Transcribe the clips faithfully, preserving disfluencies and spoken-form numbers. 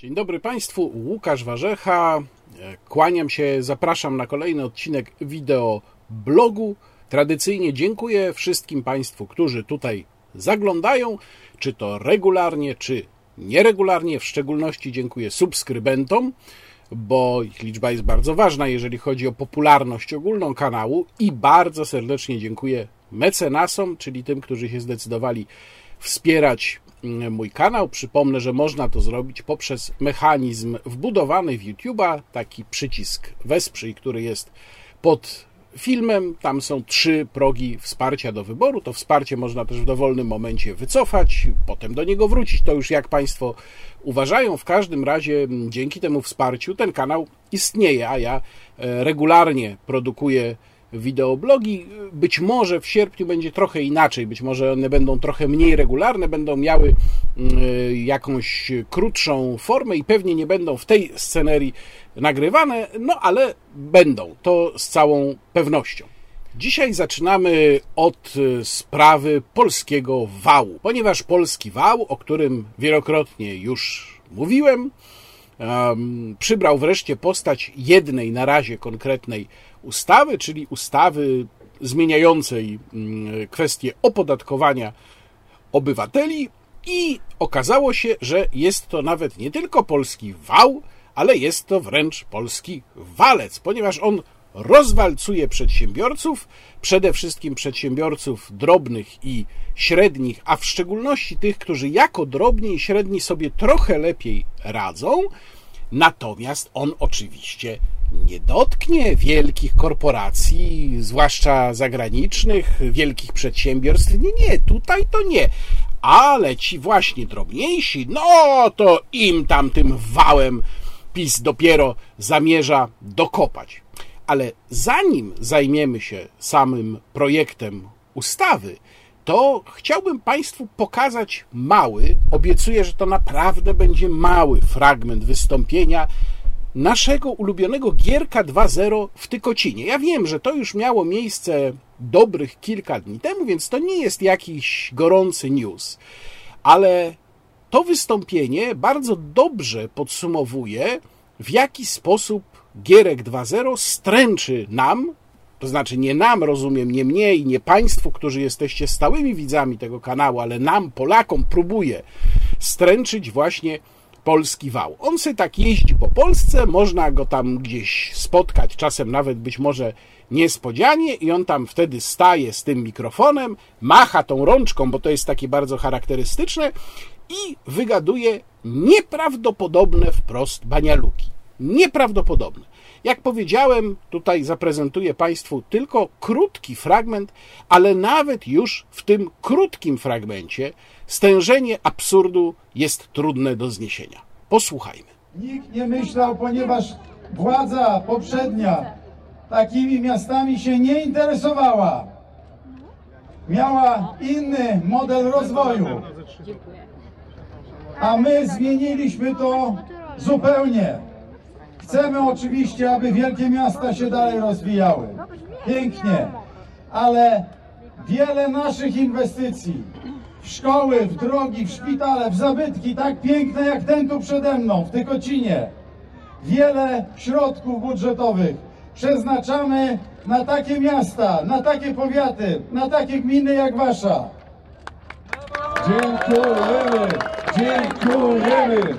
Dzień dobry Państwu, Łukasz Warzecha, kłaniam się, zapraszam na kolejny odcinek wideo blogu. Tradycyjnie dziękuję wszystkim Państwu, którzy tutaj zaglądają, czy to regularnie, czy nieregularnie. W szczególności dziękuję subskrybentom, bo ich liczba jest bardzo ważna, jeżeli chodzi o popularność ogólną kanału, i bardzo serdecznie dziękuję mecenasom, czyli tym, którzy się zdecydowali wspierać mój kanał. Przypomnę, że można to zrobić poprzez mechanizm wbudowany w YouTube'a, taki przycisk wesprzyj, który jest pod filmem. Tam są trzy progi wsparcia do wyboru. To wsparcie można też w dowolnym momencie wycofać, potem do niego wrócić. To już jak Państwo uważają. W każdym razie dzięki temu wsparciu ten kanał istnieje, a ja regularnie produkuję wideoblogi. Być może w sierpniu będzie trochę inaczej, być może one będą trochę mniej regularne, będą miały jakąś krótszą formę i pewnie nie będą w tej scenerii nagrywane, no ale będą, to z całą pewnością. Dzisiaj zaczynamy od sprawy polskiego wału, ponieważ polski wał, o którym wielokrotnie już mówiłem, um, przybrał wreszcie postać jednej na razie konkretnej ustawy, czyli ustawy zmieniającej kwestię opodatkowania obywateli, i okazało się, że jest to nawet nie tylko polski wał, ale jest to wręcz polski walec, ponieważ on rozwalcuje przedsiębiorców, przede wszystkim przedsiębiorców drobnych i średnich, a w szczególności tych, którzy jako drobni i średni sobie trochę lepiej radzą. Natomiast on oczywiście nie dotknie wielkich korporacji, zwłaszcza zagranicznych, wielkich przedsiębiorstw. Nie, nie, tutaj to nie. Ale ci właśnie drobniejsi, no to im tam tym wałem PiS dopiero zamierza dokopać. Ale zanim zajmiemy się samym projektem ustawy, to chciałbym Państwu pokazać mały, obiecuję, że to naprawdę będzie mały fragment wystąpienia naszego ulubionego Gierka dwa zero w Tykocinie. Ja wiem, że to już miało miejsce dobrych kilka dni temu, więc to nie jest jakiś gorący news, ale to wystąpienie bardzo dobrze podsumowuje, w jaki sposób Gierek dwa zero stręczy nam, to znaczy nie nam, rozumiem, nie mnie i nie Państwu, którzy jesteście stałymi widzami tego kanału, ale nam, Polakom, próbuje stręczyć właśnie polski wał. On sobie tak jeździ po Polsce, można go tam gdzieś spotkać, czasem nawet być może niespodzianie, i on tam wtedy staje z tym mikrofonem, macha tą rączką, bo to jest takie bardzo charakterystyczne, i wygaduje nieprawdopodobne wprost banialuki. Nieprawdopodobne. Jak powiedziałem, tutaj zaprezentuję Państwu tylko krótki fragment, ale nawet już w tym krótkim fragmencie stężenie absurdu jest trudne do zniesienia. Posłuchajmy. Nikt nie myślał, ponieważ władza poprzednia takimi miastami się nie interesowała. Miała inny model rozwoju. A my zmieniliśmy to zupełnie. Chcemy oczywiście, aby wielkie miasta się dalej rozwijały. Pięknie. Ale wiele naszych inwestycji w szkoły, w drogi, w szpitale, w zabytki, tak piękne jak ten tu przede mną, w Tykocinie, wiele środków budżetowych przeznaczamy na takie miasta, na takie powiaty, na takie gminy jak wasza. Dziękujemy, dziękujemy.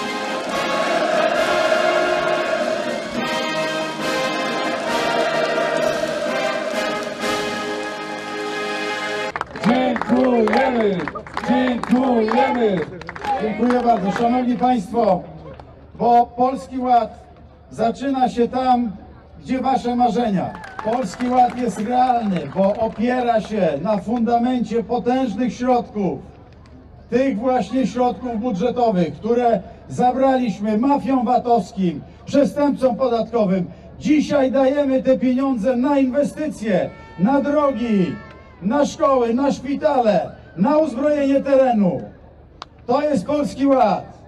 Dziękujemy, dziękujemy. Dziękuję bardzo. Szanowni Państwo, bo Polski Ład zaczyna się tam, gdzie wasze marzenia. Polski Ład jest realny, bo opiera się na fundamencie potężnych środków, tych właśnie środków budżetowych, które zabraliśmy mafiom VAT-owskim, przestępcom podatkowym. Dzisiaj dajemy te pieniądze na inwestycje, na drogi, na szkoły, na szpitale, na uzbrojenie terenu. To jest Polski Ład.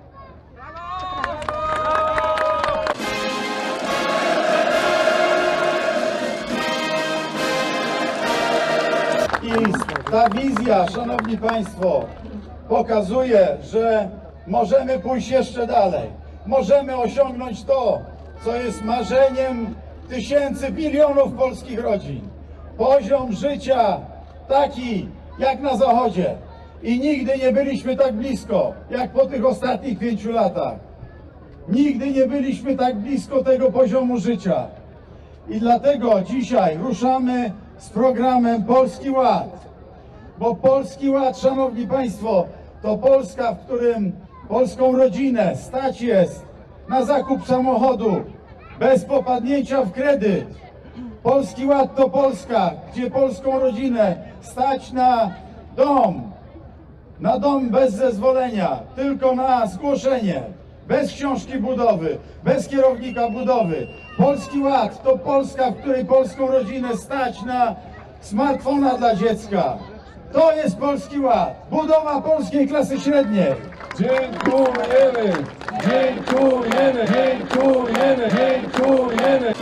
I ta wizja, szanowni państwo, pokazuje, że możemy pójść jeszcze dalej. Możemy osiągnąć to, co jest marzeniem tysięcy, milionów polskich rodzin. Poziom życia taki jak na Zachodzie. I nigdy nie byliśmy tak blisko, jak po tych ostatnich pięciu latach. Nigdy nie byliśmy tak blisko tego poziomu życia. I dlatego dzisiaj ruszamy z programem Polski Ład. Bo Polski Ład, szanowni państwo, to Polska, w którym polską rodzinę stać jest na zakup samochodu bez popadnięcia w kredyt. Polski Ład to Polska, gdzie polską rodzinę stać na dom, na dom bez zezwolenia, tylko na zgłoszenie, bez książki budowy, bez kierownika budowy. Polski Ład to Polska, w której polską rodzinę stać na smartfona dla dziecka. To jest Polski Ład, budowa polskiej klasy średniej. Dziękujemy, dziękujemy, dziękujemy, dziękujemy.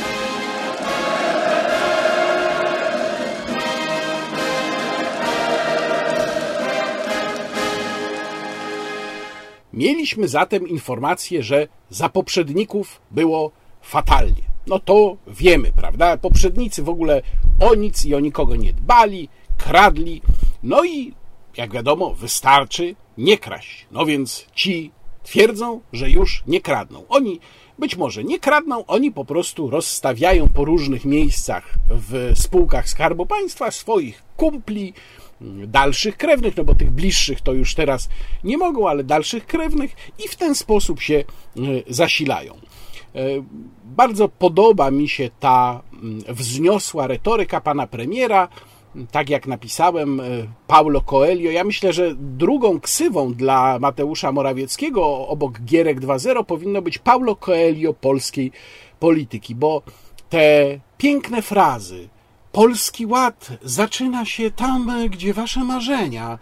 Mieliśmy zatem informację, że za poprzedników było fatalnie. No to wiemy, prawda? Poprzednicy w ogóle o nic i o nikogo nie dbali, kradli. No i jak wiadomo, wystarczy nie kraść. No więc ci twierdzą, że już nie kradną. Oni być może nie kradną, oni po prostu rozstawiają po różnych miejscach w spółkach Skarbu Państwa swoich kumpli, dalszych krewnych, no bo tych bliższych to już teraz nie mogą, ale dalszych krewnych i w ten sposób się zasilają. Bardzo podoba mi się ta wzniosła retoryka pana premiera. Tak jak napisałem, Paulo Coelho. Ja myślę, że drugą ksywą dla Mateusza Morawieckiego obok Gierek dwa zero powinno być Paulo Coelho polskiej polityki, bo te piękne frazy Polski Ład zaczyna się tam, gdzie wasze marzenia,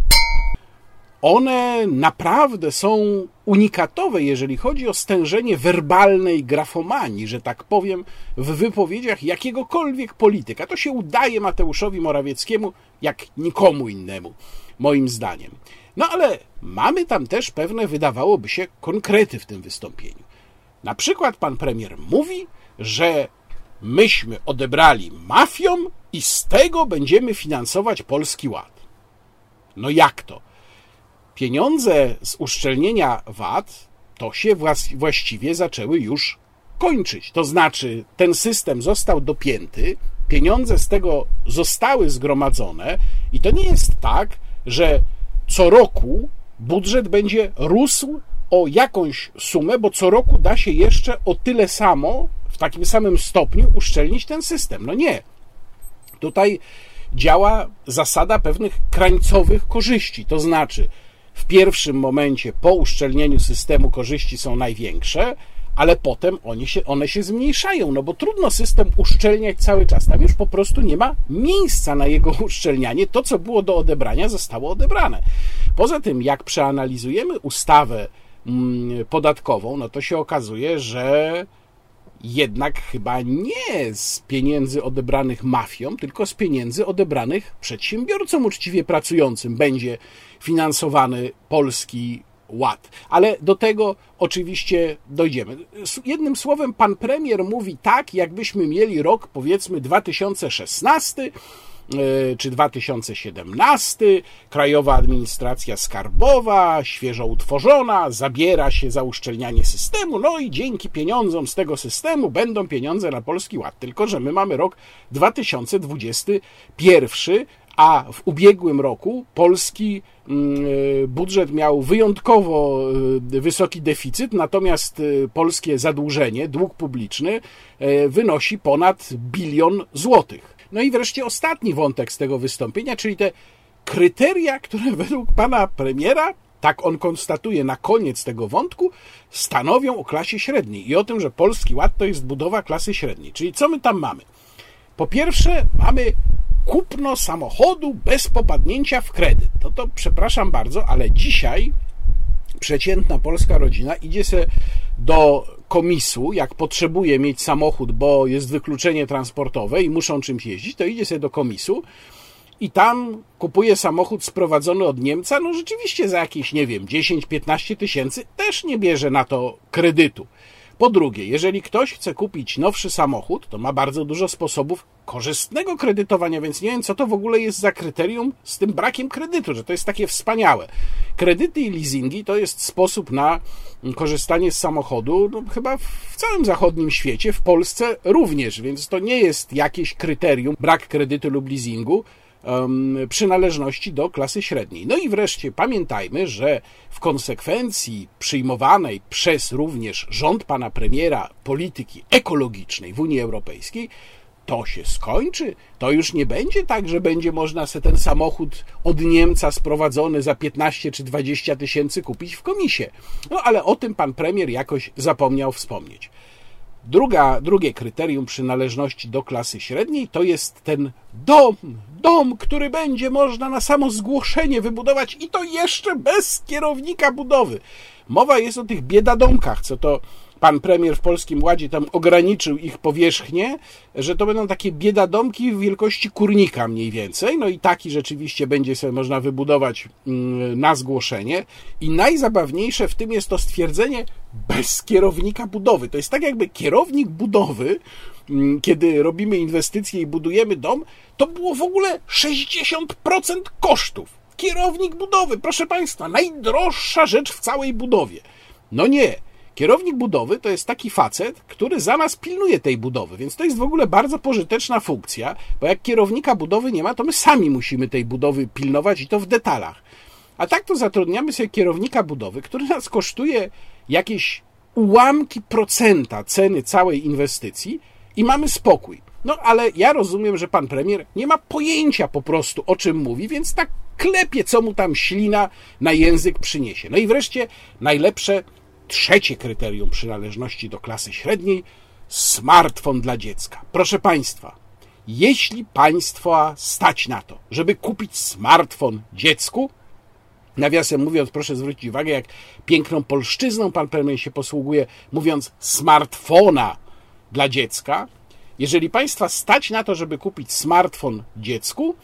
one naprawdę są unikatowe, jeżeli chodzi o stężenie werbalnej grafomanii, że tak powiem, w wypowiedziach jakiegokolwiek polityka. To się udaje Mateuszowi Morawieckiemu jak nikomu innemu, moim zdaniem. No ale mamy tam też pewne, wydawałoby się, konkrety w tym wystąpieniu. Na przykład pan premier mówi, że myśmy odebrali mafiom i z tego będziemy finansować Polski Ład. No jak to? Pieniądze z uszczelnienia V A T to się właściwie zaczęły już kończyć. To znaczy ten system został dopięty, pieniądze z tego zostały zgromadzone i to nie jest tak, że co roku budżet będzie rósł o jakąś sumę, bo co roku da się jeszcze o tyle samo, w takim samym stopniu uszczelnić ten system. No nie. Tutaj działa zasada pewnych krańcowych korzyści, to znaczy w pierwszym momencie po uszczelnieniu systemu korzyści są największe, ale potem one się, one się zmniejszają, no bo trudno system uszczelniać cały czas. Tam już po prostu nie ma miejsca na jego uszczelnianie. To, co było do odebrania, zostało odebrane. Poza tym, jak przeanalizujemy ustawę podatkową, no to się okazuje, że jednak chyba nie z pieniędzy odebranych mafiom, tylko z pieniędzy odebranych przedsiębiorcom uczciwie pracującym będzie finansowany Polski Ład. Ale do tego oczywiście dojdziemy. Jednym słowem, pan premier mówi tak, jakbyśmy mieli rok, powiedzmy, dwa tysiące szesnasty czy dwa tysiące siedemnasty, Krajowa Administracja Skarbowa, świeżo utworzona, zabiera się za uszczelnianie systemu, no i dzięki pieniądzom z tego systemu będą pieniądze na Polski Ład. Tylko że my mamy rok dwa tysiące dwudziesty pierwszy, a w ubiegłym roku polski budżet miał wyjątkowo wysoki deficyt, natomiast polskie zadłużenie, dług publiczny wynosi ponad bilion złotych. No i wreszcie ostatni wątek z tego wystąpienia, czyli te kryteria, które według pana premiera, tak on konstatuje na koniec tego wątku, stanowią o klasie średniej i o tym, że Polski Ład to jest budowa klasy średniej. Czyli co my tam mamy? Po pierwsze, mamy kupno samochodu bez popadnięcia w kredyt. No to przepraszam bardzo, ale dzisiaj przeciętna polska rodzina idzie sobie do komisu, jak potrzebuje mieć samochód, bo jest wykluczenie transportowe i muszą czymś jeździć, to idzie sobie do komisu i tam kupuje samochód sprowadzony od Niemca, no rzeczywiście za jakieś, nie wiem, dziesięć piętnaście tysięcy, też nie bierze na to kredytu. Po drugie, jeżeli ktoś chce kupić nowszy samochód, to ma bardzo dużo sposobów korzystnego kredytowania, więc nie wiem, co to w ogóle jest za kryterium z tym brakiem kredytu, że to jest takie wspaniałe. Kredyty i leasingi to jest sposób na korzystanie z samochodu, no, chyba w całym zachodnim świecie, w Polsce również, więc to nie jest jakieś kryterium, brak kredytu lub leasingu, przynależności do klasy średniej. No i wreszcie pamiętajmy, że w konsekwencji przyjmowanej przez również rząd pana premiera polityki ekologicznej w Unii Europejskiej to się skończy. To już nie będzie tak, że będzie można sobie ten samochód od Niemca sprowadzony za piętnaście czy dwadzieścia tysięcy kupić w komisie. No ale o tym pan premier jakoś zapomniał wspomnieć. Druga, drugie kryterium przynależności do klasy średniej to jest ten dom, dom, który będzie można na samo zgłoszenie wybudować i to jeszcze bez kierownika budowy. Mowa jest o tych biedadomkach, co to pan premier w Polskim Ładzie tam ograniczył ich powierzchnię, że to będą takie biedadomki w wielkości kurnika mniej więcej, no i taki rzeczywiście będzie sobie można wybudować na zgłoszenie i najzabawniejsze w tym jest to stwierdzenie bez kierownika budowy. To jest tak jakby kierownik budowy, kiedy robimy inwestycje i budujemy dom, to było w ogóle sześćdziesiąt procent kosztów. Kierownik budowy, proszę państwa, najdroższa rzecz w całej budowie. No nie. Kierownik budowy to jest taki facet, który za nas pilnuje tej budowy, więc to jest w ogóle bardzo pożyteczna funkcja, bo jak kierownika budowy nie ma, to my sami musimy tej budowy pilnować i to w detalach. A tak to zatrudniamy sobie kierownika budowy, który nas kosztuje jakieś ułamki procenta ceny całej inwestycji i mamy spokój. No ale ja rozumiem, że pan premier nie ma pojęcia po prostu, o czym mówi, więc tak klepie, co mu tam ślina na język przyniesie. No i wreszcie najlepsze trzecie kryterium przynależności do klasy średniej – smartfon dla dziecka. Proszę państwa, jeśli państwa stać na to, żeby kupić smartfon dziecku, nawiasem mówiąc, proszę zwrócić uwagę, jak piękną polszczyzną pan premier się posługuje, mówiąc smartfona dla dziecka. Jeżeli państwa stać na to, żeby kupić smartfon dziecku,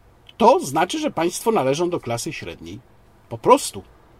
to znaczy, że państwo należą do klasy średniej. Po prostu.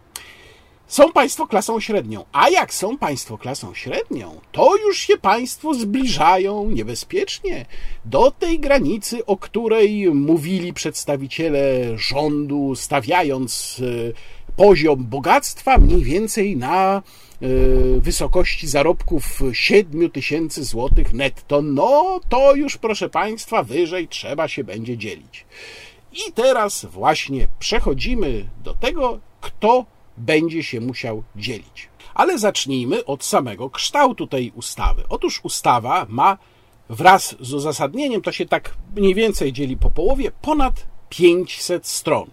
Są państwo klasą średnią, a jak są państwo klasą średnią, to już się państwo zbliżają niebezpiecznie do tej granicy, o której mówili przedstawiciele rządu, stawiając poziom bogactwa mniej więcej na wysokości zarobków siedem tysięcy złotych netto. No to już, proszę państwa, wyżej trzeba się będzie dzielić. I teraz właśnie przechodzimy do tego, kto będzie się musiał dzielić. Ale zacznijmy od samego kształtu tej ustawy. Otóż ustawa ma wraz z uzasadnieniem, to się tak mniej więcej dzieli po połowie, ponad pięćset stron.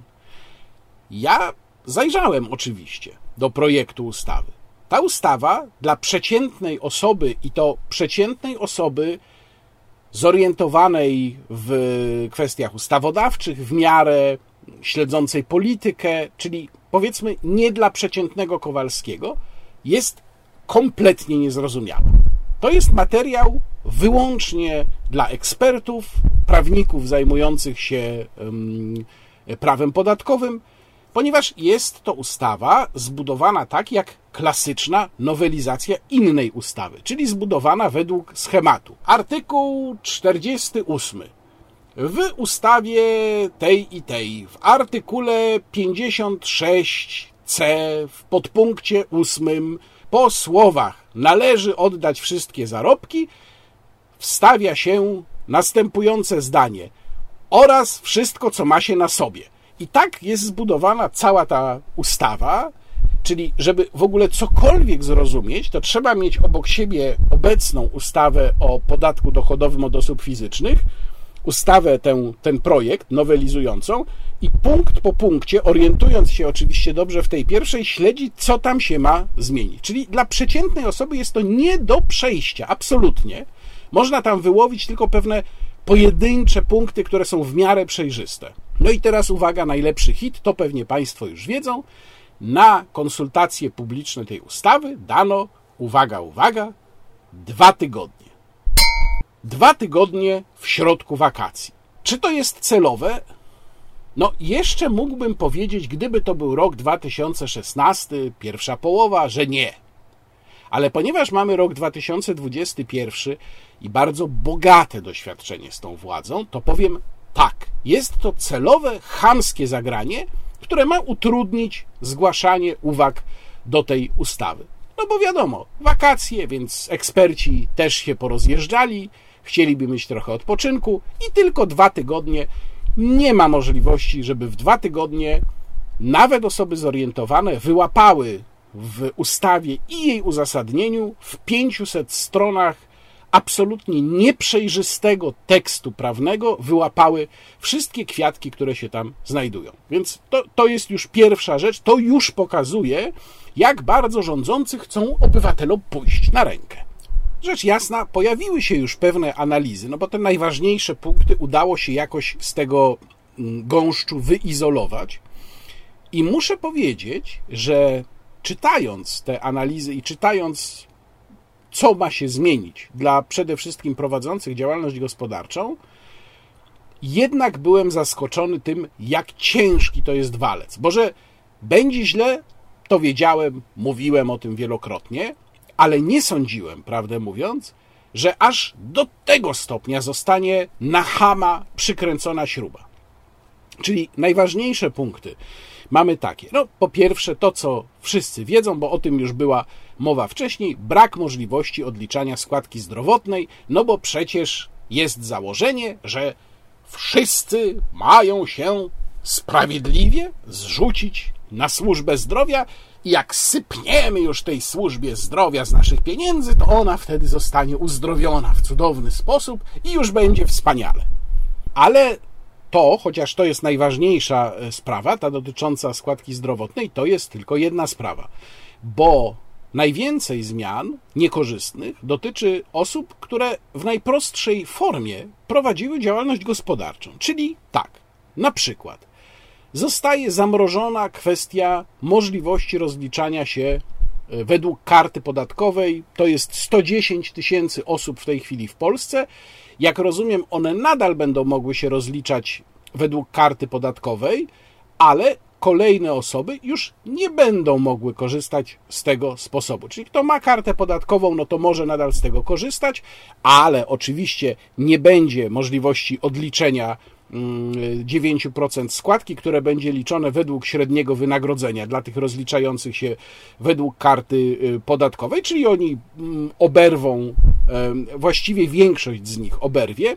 Ja zajrzałem oczywiście do projektu ustawy. Ta ustawa dla przeciętnej osoby, i to przeciętnej osoby zorientowanej w kwestiach ustawodawczych, w miarę śledzącej politykę, czyli powiedzmy nie dla przeciętnego Kowalskiego, jest kompletnie niezrozumiała. To jest materiał wyłącznie dla ekspertów, prawników zajmujących się um, prawem podatkowym, ponieważ jest to ustawa zbudowana tak jak klasyczna nowelizacja innej ustawy, czyli zbudowana według schematu. Artykuł czterdziesty ósmy. W ustawie tej i tej, w artykule pięćdziesiąt sześć c, w podpunkcie ósmym, po słowach należy oddać wszystkie zarobki, wstawia się następujące zdanie oraz wszystko, co ma się na sobie. I tak jest zbudowana cała ta ustawa, czyli żeby w ogóle cokolwiek zrozumieć, to trzeba mieć obok siebie obecną ustawę o podatku dochodowym od osób fizycznych, ustawę, ten, ten projekt nowelizującą i punkt po punkcie, orientując się oczywiście dobrze w tej pierwszej, śledzi, co tam się ma zmienić. Czyli dla przeciętnej osoby jest to nie do przejścia, absolutnie. Można tam wyłowić tylko pewne pojedyncze punkty, które są w miarę przejrzyste. No i teraz uwaga, najlepszy hit, to pewnie państwo już wiedzą. Na konsultacje publiczne tej ustawy dano, uwaga, uwaga, dwa tygodnie. Dwa tygodnie w środku wakacji. Czy to jest celowe? No jeszcze mógłbym powiedzieć, gdyby to był rok dwa tysiące szesnasty, pierwsza połowa, że nie. Ale ponieważ mamy rok dwa tysiące dwudziesty pierwszy i bardzo bogate doświadczenie z tą władzą, to powiem tak, jest to celowe, chamskie zagranie, które ma utrudnić zgłaszanie uwag do tej ustawy. No bo wiadomo, wakacje, więc eksperci też się porozjeżdżali, chcieliby mieć trochę odpoczynku i tylko dwa tygodnie. Nie ma możliwości, żeby w dwa tygodnie nawet osoby zorientowane wyłapały w ustawie i jej uzasadnieniu w pięciuset stronach absolutnie nieprzejrzystego tekstu prawnego wyłapały wszystkie kwiatki, które się tam znajdują. Więc to, to jest już pierwsza rzecz, to już pokazuje, jak bardzo rządzący chcą obywatelom pójść na rękę. Rzecz jasna, pojawiły się już pewne analizy, no bo te najważniejsze punkty udało się jakoś z tego gąszczu wyizolować. I muszę powiedzieć, że czytając te analizy i czytając, co ma się zmienić dla przede wszystkim prowadzących działalność gospodarczą, jednak byłem zaskoczony tym, jak ciężki to jest walec. Bo że będzie źle, to wiedziałem, mówiłem o tym wielokrotnie, ale nie sądziłem, prawdę mówiąc, że aż do tego stopnia zostanie na chama przykręcona śruba. Czyli najważniejsze punkty mamy takie. No, po pierwsze to, co wszyscy wiedzą, bo o tym już była mowa wcześniej, brak możliwości odliczania składki zdrowotnej, no bo przecież jest założenie, że wszyscy mają się sprawiedliwie zrzucić na służbę zdrowia i jak sypniemy już tej służbie zdrowia z naszych pieniędzy, to ona wtedy zostanie uzdrowiona w cudowny sposób i już będzie wspaniale. Ale to, chociaż to jest najważniejsza sprawa, ta dotycząca składki zdrowotnej, to jest tylko jedna sprawa, bo najwięcej zmian niekorzystnych dotyczy osób, które w najprostszej formie prowadziły działalność gospodarczą. Czyli tak, na przykład zostaje zamrożona kwestia możliwości rozliczania się według karty podatkowej. To jest sto dziesięć tysięcy osób w tej chwili w Polsce. Jak rozumiem, one nadal będą mogły się rozliczać według karty podatkowej, ale kolejne osoby już nie będą mogły korzystać z tego sposobu. Czyli kto ma kartę podatkową, no to może nadal z tego korzystać, ale oczywiście nie będzie możliwości odliczenia dziewięć procent składki, które będzie liczone według średniego wynagrodzenia dla tych rozliczających się według karty podatkowej, czyli oni oberwą, właściwie większość z nich oberwie,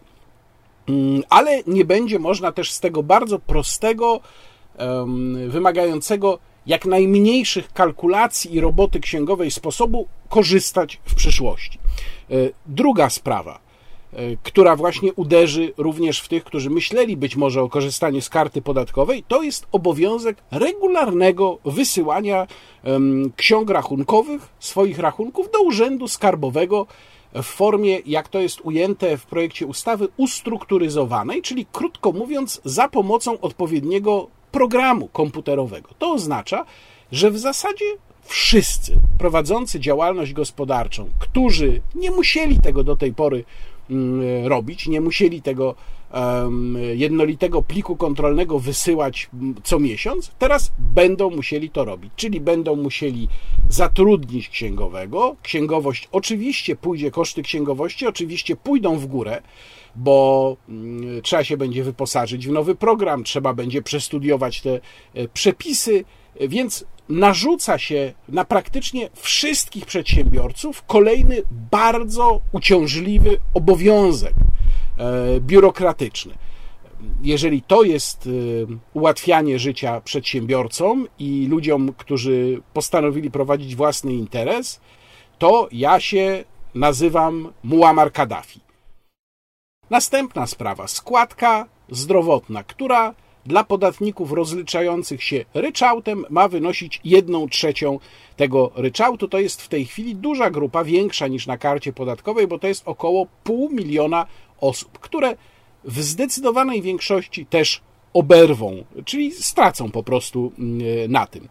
ale nie będzie można też z tego bardzo prostego, wymagającego jak najmniejszych kalkulacji i roboty księgowej sposobu korzystać w przyszłości. Druga sprawa, która właśnie uderzy również w tych, którzy myśleli być może o korzystaniu z karty podatkowej, to jest obowiązek regularnego wysyłania ksiąg rachunkowych, swoich rachunków do Urzędu Skarbowego w formie, jak to jest ujęte w projekcie ustawy, ustrukturyzowanej, czyli krótko mówiąc, za pomocą odpowiedniego programu komputerowego. To oznacza, że w zasadzie wszyscy prowadzący działalność gospodarczą, którzy nie musieli tego do tej pory robić, nie musieli tego jednolitego pliku kontrolnego wysyłać co miesiąc, teraz będą musieli to robić, czyli będą musieli zatrudnić księgowego. Księgowość oczywiście pójdzie, koszty księgowości oczywiście pójdą w górę, bo trzeba się będzie wyposażyć w nowy program, trzeba będzie przestudiować te przepisy, więc narzuca się na praktycznie wszystkich przedsiębiorców kolejny bardzo uciążliwy obowiązek biurokratyczny. Jeżeli to jest ułatwianie życia przedsiębiorcom i ludziom, którzy postanowili prowadzić własny interes, to ja się nazywam Muammar Kaddafi. Następna sprawa, składka zdrowotna, która dla podatników rozliczających się ryczałtem ma wynosić jedną trzecią tego ryczałtu. To jest w tej chwili duża grupa, większa niż na karcie podatkowej, bo to jest około pół miliona osób, które w zdecydowanej większości też oberwą, czyli stracą po prostu na tym.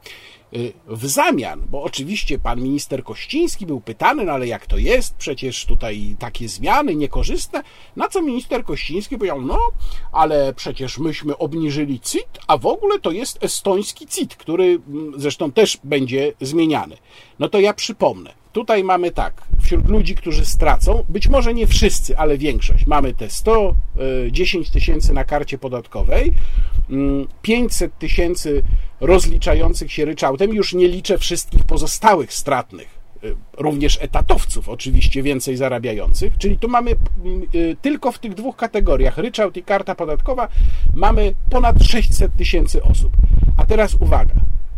W zamian, bo oczywiście pan minister Kościński był pytany, no ale jak to jest, przecież tutaj takie zmiany niekorzystne, na co minister Kościński powiedział, no ale przecież myśmy obniżyli C I T, a w ogóle to jest estoński C I T, który zresztą też będzie zmieniany. No to ja przypomnę, tutaj mamy tak, wśród ludzi, którzy stracą, być może nie wszyscy, ale większość, mamy te sto dziesięć tysięcy na karcie podatkowej, pięćset tysięcy rozliczających się ryczałtem, już nie liczę wszystkich pozostałych stratnych, również etatowców oczywiście więcej zarabiających, czyli tu mamy tylko w tych dwóch kategoriach, ryczałt i karta podatkowa, mamy ponad sześćset tysięcy osób. A teraz uwaga,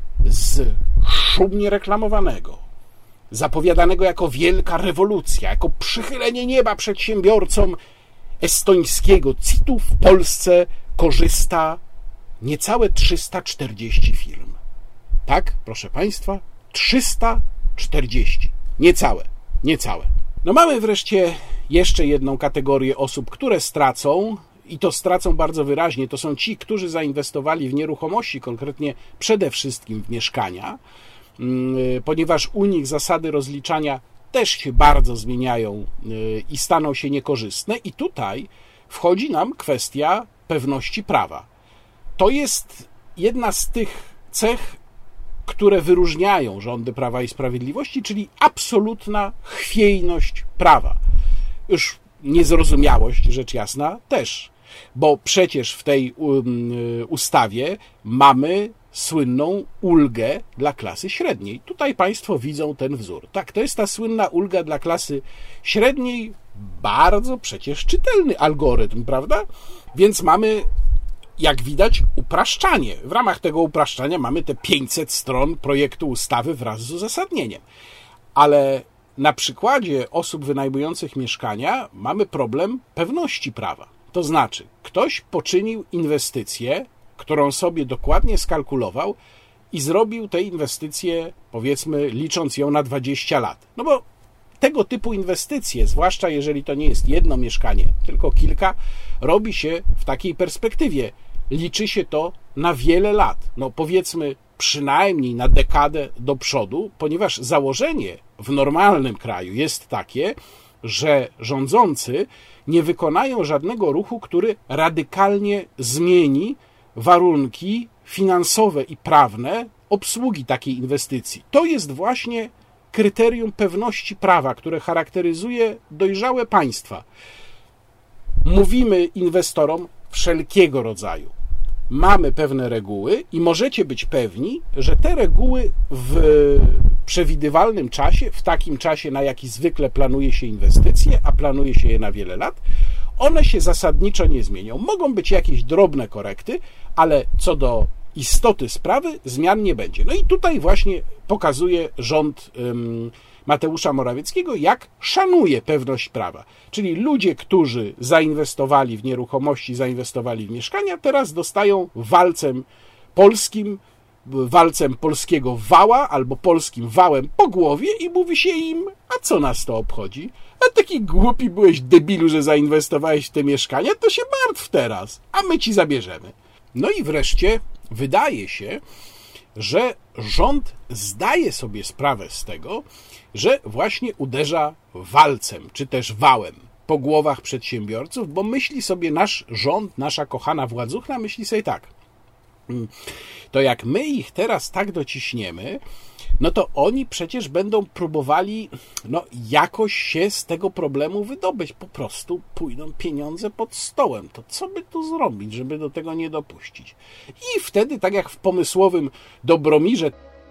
z szumnie reklamowanego, zapowiadanego jako wielka rewolucja, jako przychylenie nieba przedsiębiorcom estońskiego C I T-u w Polsce korzysta niecałe trzysta czterdzieści firm. Tak, proszę Państwa, trzysta czterdzieści. Niecałe, niecałe. No mamy wreszcie jeszcze jedną kategorię osób, które stracą i to stracą bardzo wyraźnie. To są ci, którzy zainwestowali w nieruchomości, konkretnie przede wszystkim w mieszkania, ponieważ u nich zasady rozliczania też się bardzo zmieniają i staną się niekorzystne. I tutaj wchodzi nam kwestia pewności prawa. To jest jedna z tych cech, które wyróżniają rządy Prawa i Sprawiedliwości, czyli absolutna chwiejność prawa. Już niezrozumiałość, rzecz jasna, też, bo przecież w tej ustawie mamy słynną ulgę dla klasy średniej. Tutaj Państwo widzą ten wzór. Tak, to jest ta słynna ulga dla klasy średniej, bardzo przecież czytelny algorytm, prawda? Więc mamy, jak widać, upraszczanie. W ramach tego upraszczania mamy te pięćset stron projektu ustawy wraz z uzasadnieniem. Ale na przykładzie osób wynajmujących mieszkania mamy problem pewności prawa. To znaczy, ktoś poczynił inwestycję, którą sobie dokładnie skalkulował i zrobił tę inwestycję, powiedzmy, licząc ją na dwadzieścia lat. No bo tego typu inwestycje, zwłaszcza jeżeli to nie jest jedno mieszkanie, tylko kilka, robi się w takiej perspektywie. Liczy się to na wiele lat. No powiedzmy przynajmniej na dekadę do przodu, ponieważ założenie w normalnym kraju jest takie, że rządzący nie wykonają żadnego ruchu, który radykalnie zmieni warunki finansowe i prawne obsługi takiej inwestycji. To jest właśnie kryterium pewności prawa, które charakteryzuje dojrzałe państwa. Mówimy inwestorom wszelkiego rodzaju. Mamy pewne reguły i możecie być pewni, że te reguły w przewidywalnym czasie, w takim czasie, na jaki zwykle planuje się inwestycje, a planuje się je na wiele lat, one się zasadniczo nie zmienią. Mogą być jakieś drobne korekty, ale co do istoty sprawy zmian nie będzie. No i tutaj właśnie pokazuje rząd Mateusza Morawieckiego, jak szanuje pewność prawa. Czyli ludzie, którzy zainwestowali w nieruchomości, zainwestowali w mieszkania, teraz dostają walcem polskim, walcem polskiego wała albo polskim wałem po głowie i mówi się im, a co nas to obchodzi? A taki głupi byłeś, debilu, że zainwestowałeś w te mieszkania, to się martw teraz, a my ci zabierzemy. No i wreszcie wydaje się, że rząd zdaje sobie sprawę z tego, że właśnie uderza walcem, czy też wałem po głowach przedsiębiorców, bo myśli sobie nasz rząd, nasza kochana władzuchna, myśli sobie tak, to jak my ich teraz tak dociśniemy, no to oni przecież będą próbowali no, jakoś się z tego problemu wydobyć. Po prostu pójdą pieniądze pod stołem. To co by tu zrobić, żeby do tego nie dopuścić? I wtedy, tak jak w pomysłowym Dobromirze,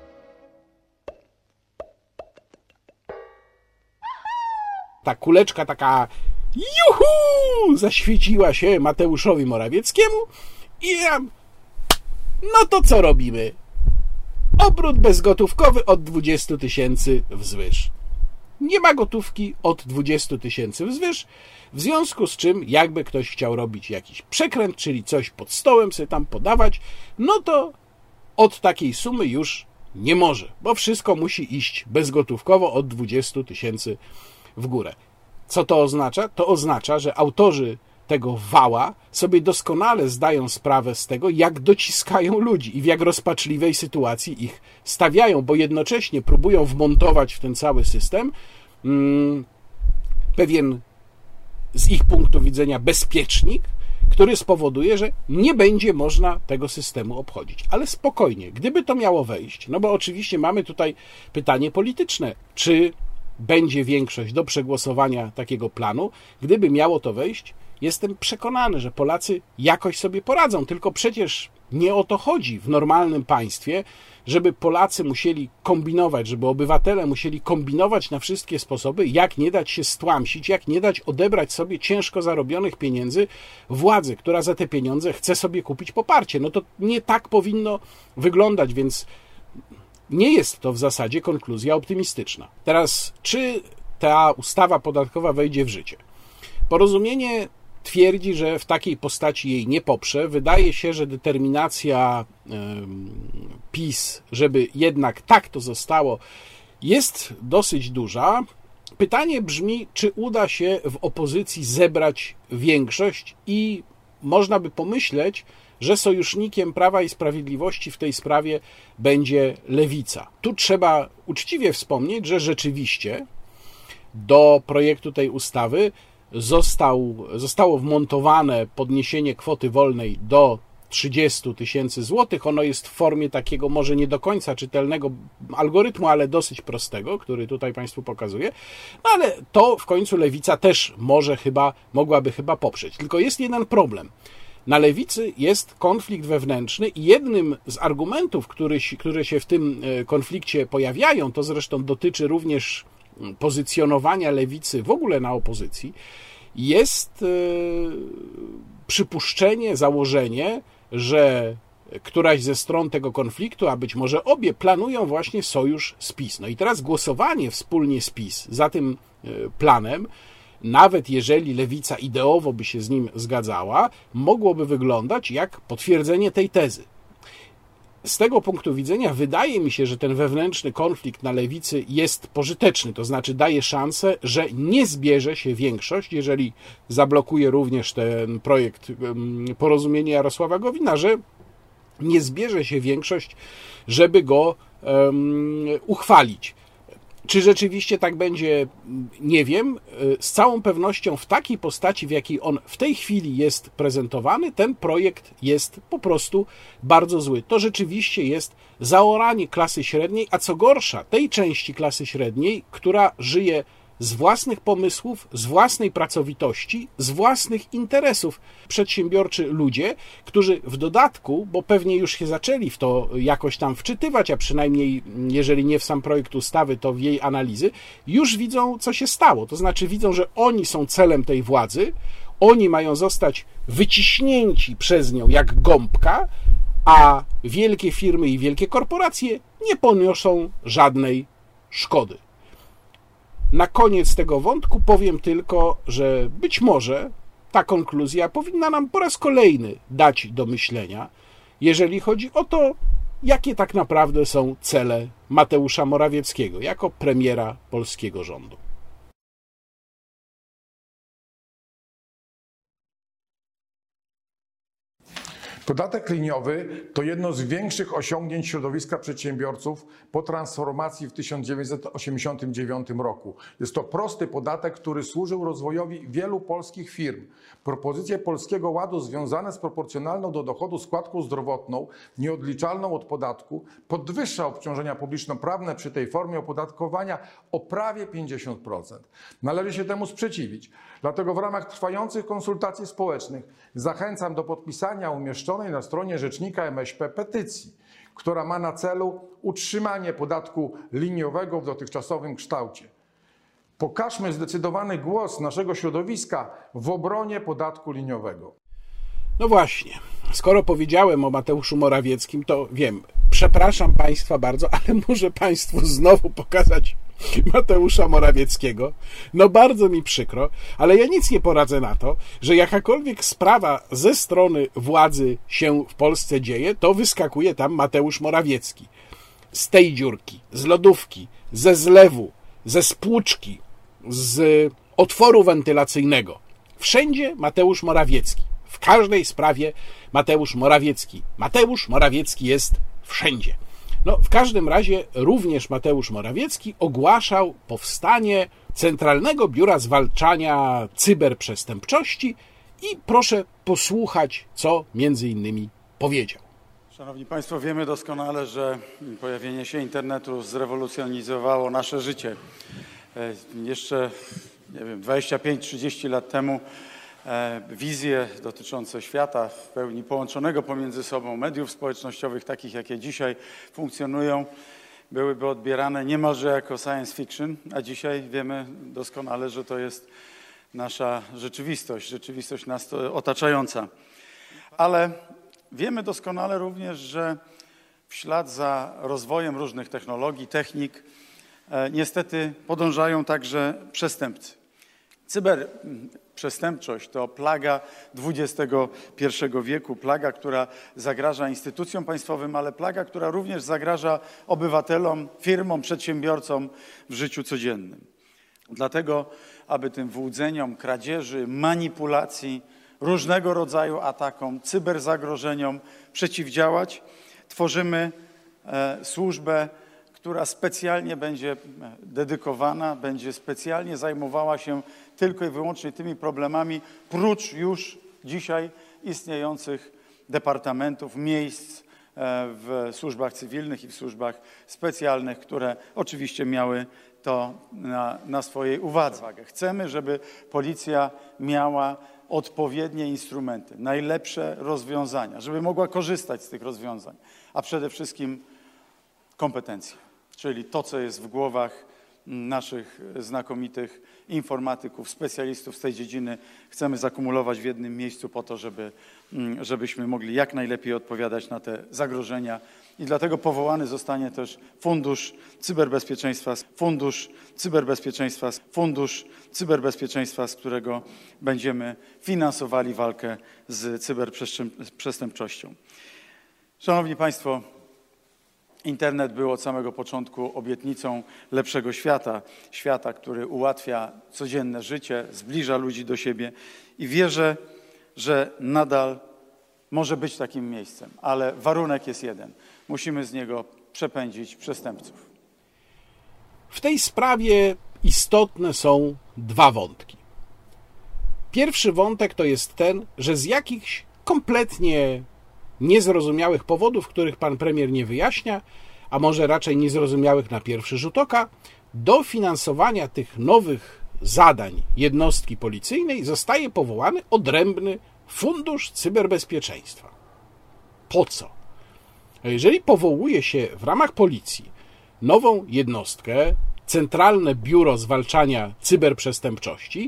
ta kuleczka taka juhu zaświeciła się Mateuszowi Morawieckiemu i ja, no to co robimy? Obrót bezgotówkowy od dwudziestu tysięcy wzwyż. Nie ma gotówki od dwudziestu tysięcy wzwyż, w związku z czym jakby ktoś chciał robić jakiś przekręt, czyli coś pod stołem sobie tam podawać, no to od takiej sumy już nie może, bo wszystko musi iść bezgotówkowo od dwudziestu tysięcy w górę. Co to oznacza? To oznacza, że autorzy tego wała sobie doskonale zdają sprawę z tego, jak dociskają ludzi i w jak rozpaczliwej sytuacji ich stawiają, bo jednocześnie próbują wmontować w ten cały system hmm, pewien z ich punktu widzenia bezpiecznik, który spowoduje, że nie będzie można tego systemu obchodzić. Ale spokojnie, gdyby to miało wejść, no bo oczywiście mamy tutaj pytanie polityczne, czy będzie większość do przegłosowania takiego planu, gdyby miało to wejść, jestem przekonany, że Polacy jakoś sobie poradzą, tylko przecież nie o to chodzi w normalnym państwie, żeby Polacy musieli kombinować, żeby obywatele musieli kombinować na wszystkie sposoby, jak nie dać się stłamsić, jak nie dać odebrać sobie ciężko zarobionych pieniędzy władzy, która za te pieniądze chce sobie kupić poparcie. No to nie tak powinno wyglądać, więc nie jest to w zasadzie konkluzja optymistyczna. Teraz, czy ta ustawa podatkowa wejdzie w życie? Porozumienie twierdzi, że w takiej postaci jej nie poprze. Wydaje się, że determinacja PiS, żeby jednak tak to zostało, jest dosyć duża. Pytanie brzmi, czy uda się w opozycji zebrać większość i można by pomyśleć, że sojusznikiem Prawa i Sprawiedliwości w tej sprawie będzie Lewica. Tu trzeba uczciwie wspomnieć, że rzeczywiście do projektu tej ustawy Został, zostało wmontowane podniesienie kwoty wolnej do trzydziestu tysięcy złotych. Ono jest w formie takiego może nie do końca czytelnego algorytmu, ale dosyć prostego, który tutaj Państwu pokazuję. No ale to w końcu Lewica też może chyba, mogłaby chyba poprzeć. Tylko jest jeden problem. Na Lewicy jest konflikt wewnętrzny i jednym z argumentów, który, które się w tym konflikcie pojawiają, to zresztą dotyczy również pozycjonowania Lewicy w ogóle na opozycji, jest przypuszczenie, założenie, że któraś ze stron tego konfliktu, a być może obie, planują właśnie sojusz z PiS. No i teraz głosowanie wspólnie z PiS za tym planem, nawet jeżeli Lewica ideowo by się z nim zgadzała, mogłoby wyglądać jak potwierdzenie tej tezy. Z tego punktu widzenia wydaje mi się, że ten wewnętrzny konflikt na Lewicy jest pożyteczny, to znaczy daje szansę, że nie zbierze się większość, jeżeli zablokuje również ten projekt porozumienia Jarosława Gowina, że nie zbierze się większość, żeby go um, uchwalić. Czy rzeczywiście tak będzie, nie wiem. Z całą pewnością w takiej postaci, w jakiej on w tej chwili jest prezentowany, ten projekt jest po prostu bardzo zły. To rzeczywiście jest zaoranie klasy średniej, a co gorsza, tej części klasy średniej, która żyje z własnych pomysłów, z własnej pracowitości, z własnych interesów. Przedsiębiorczy ludzie, którzy w dodatku, bo pewnie już się zaczęli w to jakoś tam wczytywać, a przynajmniej jeżeli nie w sam projekt ustawy, to w jej analizy, już widzą, co się stało. To znaczy widzą, że oni są celem tej władzy, oni mają zostać wyciśnięci przez nią jak gąbka, a wielkie firmy i wielkie korporacje nie poniosą żadnej szkody. Na koniec tego wątku powiem tylko, że być może ta konkluzja powinna nam po raz kolejny dać do myślenia, jeżeli chodzi o to, jakie tak naprawdę są cele Mateusza Morawieckiego jako premiera polskiego rządu. Podatek liniowy to jedno z większych osiągnięć środowiska przedsiębiorców po transformacji w tysiąc dziewięćset osiemdziesiątym dziewiątym roku. Jest to prosty podatek, który służył rozwojowi wielu polskich firm. Propozycje Polskiego Ładu związane z proporcjonalną do dochodu składką zdrowotną, nieodliczalną od podatku, podwyższa obciążenia publiczno-prawne przy tej formie opodatkowania o prawie pięćdziesiąt procent. Należy się temu sprzeciwić. Dlatego w ramach trwających konsultacji społecznych zachęcam do podpisania umieszczonej na stronie rzecznika M S P petycji, która ma na celu utrzymanie podatku liniowego w dotychczasowym kształcie. Pokażmy zdecydowany głos naszego środowiska w obronie podatku liniowego. No właśnie, skoro powiedziałem o Mateuszu Morawieckim, to wiem, przepraszam Państwa bardzo, ale muszę Państwu znowu pokazać Mateusza Morawieckiego. No bardzo mi przykro, ale ja nic nie poradzę na to, że jakakolwiek sprawa ze strony władzy się w Polsce dzieje, to wyskakuje tam Mateusz Morawiecki. Z tej dziurki, z lodówki, ze zlewu, ze spłuczki, z otworu wentylacyjnego. Wszędzie Mateusz Morawiecki. W każdej sprawie Mateusz Morawiecki. Mateusz Morawiecki jest wszędzie. No, w każdym razie również Mateusz Morawiecki ogłaszał powstanie Centralnego Biura Zwalczania Cyberprzestępczości i proszę posłuchać, co między innymi powiedział. Szanowni Państwo, wiemy doskonale, że pojawienie się internetu zrewolucjonizowało nasze życie. Jeszcze, nie wiem, dwadzieścia pięć trzydzieści lat temu wizje dotyczące świata w pełni połączonego pomiędzy sobą mediów społecznościowych, takich jakie dzisiaj funkcjonują, byłyby odbierane niemalże jako science fiction, a dzisiaj wiemy doskonale, że to jest nasza rzeczywistość, rzeczywistość nas otaczająca. Ale wiemy doskonale również, że w ślad za rozwojem różnych technologii, technik, niestety podążają także przestępcy. Cyberprzestępczość to plaga dwudziestego pierwszego wieku, plaga, która zagraża instytucjom państwowym, ale plaga, która również zagraża obywatelom, firmom, przedsiębiorcom w życiu codziennym. Dlatego, aby tym wyłudzeniom, kradzieży, manipulacji, różnego rodzaju atakom, cyberzagrożeniom przeciwdziałać, tworzymy służbę, która specjalnie będzie dedykowana, będzie specjalnie zajmowała się tylko i wyłącznie tymi problemami, prócz już dzisiaj istniejących departamentów, miejsc w służbach cywilnych i w służbach specjalnych, które oczywiście miały to na, na swojej uwadze. Chcemy, żeby policja miała odpowiednie instrumenty, najlepsze rozwiązania, żeby mogła korzystać z tych rozwiązań, a przede wszystkim kompetencje, czyli to, co jest w głowach naszych znakomitych informatyków, specjalistów z tej dziedziny, chcemy zakumulować w jednym miejscu po to, żeby, żebyśmy mogli jak najlepiej odpowiadać na te zagrożenia. I dlatego powołany zostanie też Fundusz Cyberbezpieczeństwa, Fundusz Cyberbezpieczeństwa, Fundusz Cyberbezpieczeństwa, z którego będziemy finansowali walkę z cyberprzestępczością. Szanowni Państwo, internet był od samego początku obietnicą lepszego świata, świata, który ułatwia codzienne życie, zbliża ludzi do siebie i wierzę, że nadal może być takim miejscem, ale warunek jest jeden. Musimy z niego przepędzić przestępców. W tej sprawie istotne są dwa wątki. Pierwszy wątek to jest ten, że z jakichś kompletnie niezrozumiałych powodów, których pan premier nie wyjaśnia, a może raczej niezrozumiałych na pierwszy rzut oka, do finansowania tych nowych zadań jednostki policyjnej zostaje powołany odrębny Fundusz Cyberbezpieczeństwa. Po co? Jeżeli powołuje się w ramach policji nową jednostkę, Centralne Biuro Zwalczania Cyberprzestępczości,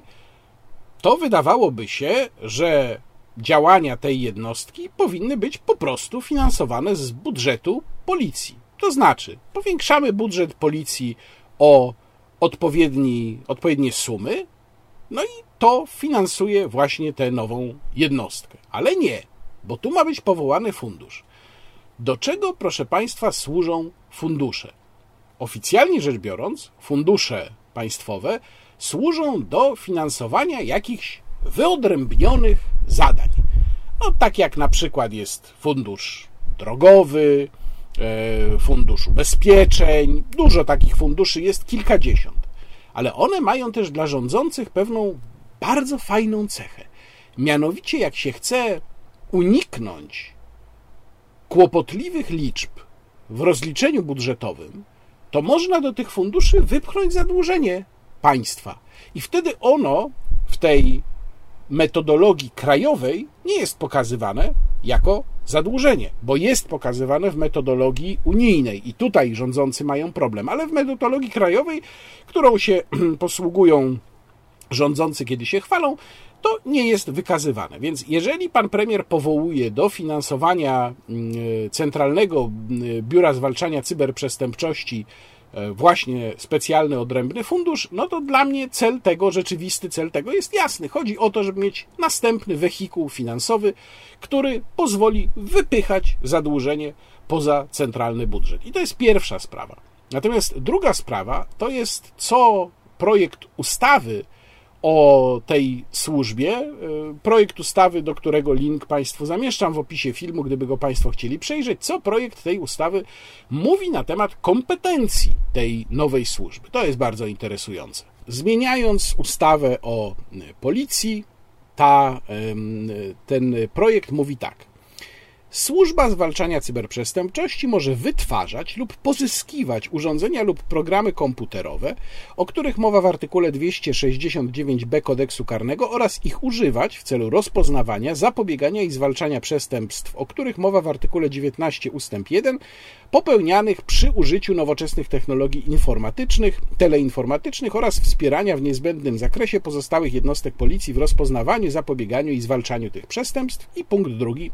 to wydawałoby się, że działania tej jednostki powinny być po prostu finansowane z budżetu policji. To znaczy, powiększamy budżet policji o odpowiedni, odpowiednie sumy, no i to finansuje właśnie tę nową jednostkę. Ale nie, bo tu ma być powołany fundusz. Do czego, proszę Państwa, służą fundusze? Oficjalnie rzecz biorąc, fundusze państwowe służą do finansowania jakichś wyodrębnionych zadań. No, tak jak na przykład jest fundusz drogowy, fundusz ubezpieczeń, dużo takich funduszy jest, kilkadziesiąt. Ale one mają też dla rządzących pewną bardzo fajną cechę. Mianowicie, jak się chce uniknąć kłopotliwych liczb w rozliczeniu budżetowym, to można do tych funduszy wypchnąć zadłużenie państwa. I wtedy ono w tej metodologii krajowej nie jest pokazywane jako zadłużenie, bo jest pokazywane w metodologii unijnej i tutaj rządzący mają problem, ale w metodologii krajowej, którą się posługują rządzący, kiedy się chwalą, to nie jest wykazywane. Więc jeżeli pan premier powołuje do finansowania Centralnego Biura Zwalczania Cyberprzestępczości właśnie specjalny, odrębny fundusz, no to dla mnie cel tego, rzeczywisty cel tego jest jasny. Chodzi o to, żeby mieć następny wehikuł finansowy, który pozwoli wypychać zadłużenie poza centralny budżet. I to jest pierwsza sprawa. Natomiast druga sprawa to jest, co projekt ustawy o tej służbie. Projekt ustawy, do którego link Państwu zamieszczam w opisie filmu, gdyby go Państwo chcieli przejrzeć, co projekt tej ustawy mówi na temat kompetencji tej nowej służby. To jest bardzo interesujące. Zmieniając ustawę o policji, ta, ten projekt mówi tak. Służba zwalczania cyberprzestępczości może wytwarzać lub pozyskiwać urządzenia lub programy komputerowe, o których mowa w artykule dwieście sześćdziesiąt dziewięć b Kodeksu Karnego oraz ich używać w celu rozpoznawania, zapobiegania i zwalczania przestępstw, o których mowa w artykule dziewiętnaście ustęp jeden, popełnianych przy użyciu nowoczesnych technologii informatycznych, teleinformatycznych oraz wspierania w niezbędnym zakresie pozostałych jednostek policji w rozpoznawaniu, zapobieganiu i zwalczaniu tych przestępstw. I punkt drugi.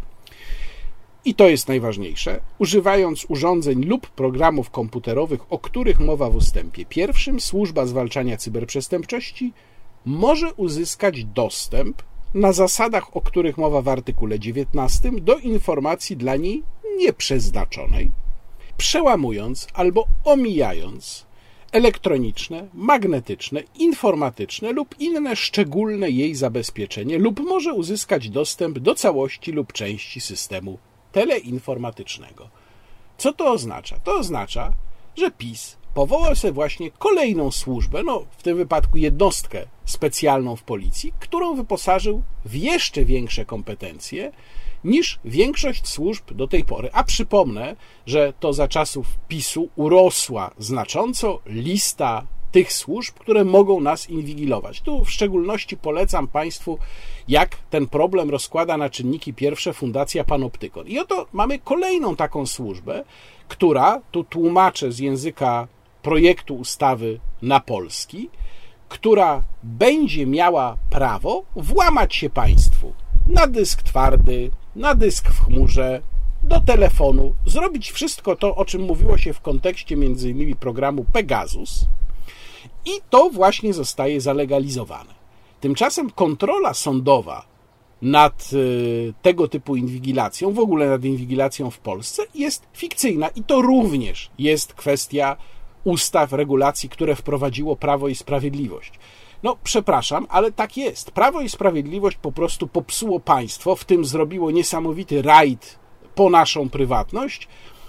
I to jest najważniejsze, używając urządzeń lub programów komputerowych, o których mowa w ustępie pierwszym, służba zwalczania cyberprzestępczości może uzyskać dostęp na zasadach, o których mowa w artykule dziewiętnastym, do informacji dla niej nieprzeznaczonej, przełamując albo omijając elektroniczne, magnetyczne, informatyczne lub inne szczególne jej zabezpieczenie, lub może uzyskać dostęp do całości lub części systemu teleinformatycznego. Co to oznacza? To oznacza, że PiS powołał sobie właśnie kolejną służbę, no w tym wypadku jednostkę specjalną w policji, którą wyposażył w jeszcze większe kompetencje niż większość służb do tej pory. A przypomnę, że to za czasów PiSu urosła znacząco lista tych służb, które mogą nas inwigilować. Tu w szczególności polecam Państwu, jak ten problem rozkłada na czynniki pierwsze Fundacja Panoptykon. I oto mamy kolejną taką służbę, która, tu tłumaczę z języka projektu ustawy na polski, która będzie miała prawo włamać się Państwu na dysk twardy, na dysk w chmurze, do telefonu, zrobić wszystko to, o czym mówiło się w kontekście między innymi programu Pegasus, i to właśnie zostaje zalegalizowane. Tymczasem kontrola sądowa nad tego typu inwigilacją, w ogóle nad inwigilacją w Polsce, jest fikcyjna i to również jest kwestia ustaw, regulacji, które wprowadziło Prawo i Sprawiedliwość. No, przepraszam, ale tak jest. Prawo i Sprawiedliwość po prostu popsuło państwo, w tym zrobiło niesamowity rajd po naszą prywatność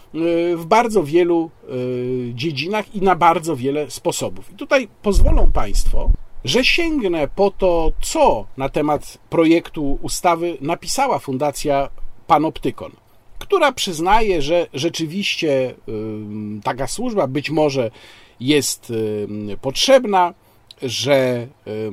w bardzo wielu dziedzinach i na bardzo wiele sposobów. I tutaj pozwolą Państwo, że sięgnę po to, co na temat projektu ustawy napisała Fundacja Panoptykon, która przyznaje, że rzeczywiście taka służba być może jest potrzebna, że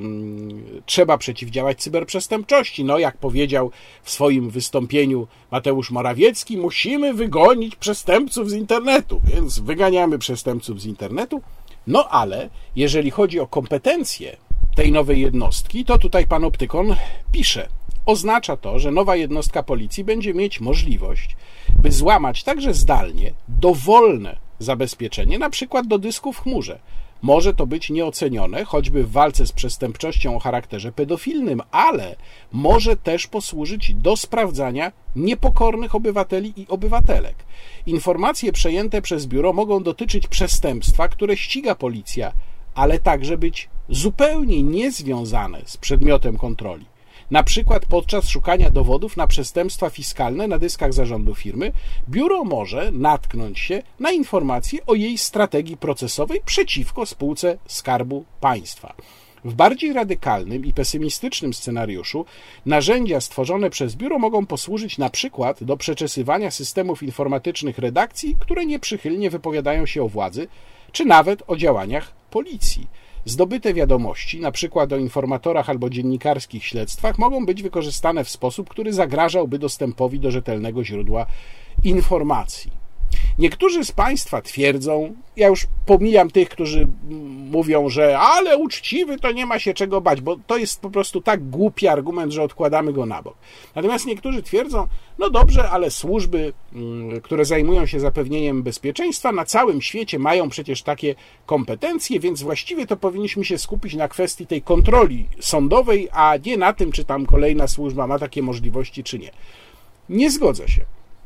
um, trzeba przeciwdziałać cyberprzestępczości. No, jak powiedział w swoim wystąpieniu Mateusz Morawiecki, musimy wygonić przestępców z internetu, więc wyganiamy przestępców z internetu. No, ale jeżeli chodzi o kompetencje tej nowej jednostki, to tutaj Panoptykon pisze: oznacza to, że nowa jednostka policji będzie mieć możliwość, by złamać także zdalnie dowolne zabezpieczenie, na przykład do dysku w chmurze. Może to być nieocenione, choćby w walce z przestępczością o charakterze pedofilnym, ale może też posłużyć do sprawdzania niepokornych obywateli i obywatelek. Informacje przejęte przez biuro mogą dotyczyć przestępstwa, które ściga policja, ale także być zupełnie niezwiązane z przedmiotem kontroli. Na przykład podczas szukania dowodów na przestępstwa fiskalne na dyskach zarządu firmy, biuro może natknąć się na informacje o jej strategii procesowej przeciwko spółce Skarbu Państwa. W bardziej radykalnym i pesymistycznym scenariuszu narzędzia stworzone przez biuro mogą posłużyć na przykład do przeczesywania systemów informatycznych redakcji, które nieprzychylnie wypowiadają się o władzy, czy nawet o działaniach policji. Zdobyte wiadomości, na przykład o informatorach albo dziennikarskich śledztwach, mogą być wykorzystane w sposób, który zagrażałby dostępowi do rzetelnego źródła informacji. Niektórzy z Państwa twierdzą, ja już pomijam tych, którzy mówią, że ale uczciwy to nie ma się czego bać, bo to jest po prostu tak głupi argument, że odkładamy go na bok. Natomiast niektórzy twierdzą, no dobrze, ale służby, które zajmują się zapewnieniem bezpieczeństwa na całym świecie mają przecież takie kompetencje, więc właściwie to powinniśmy się skupić na kwestii tej kontroli sądowej, a nie na tym, czy tam kolejna służba ma takie możliwości, czy nie. Nie zgodzę się.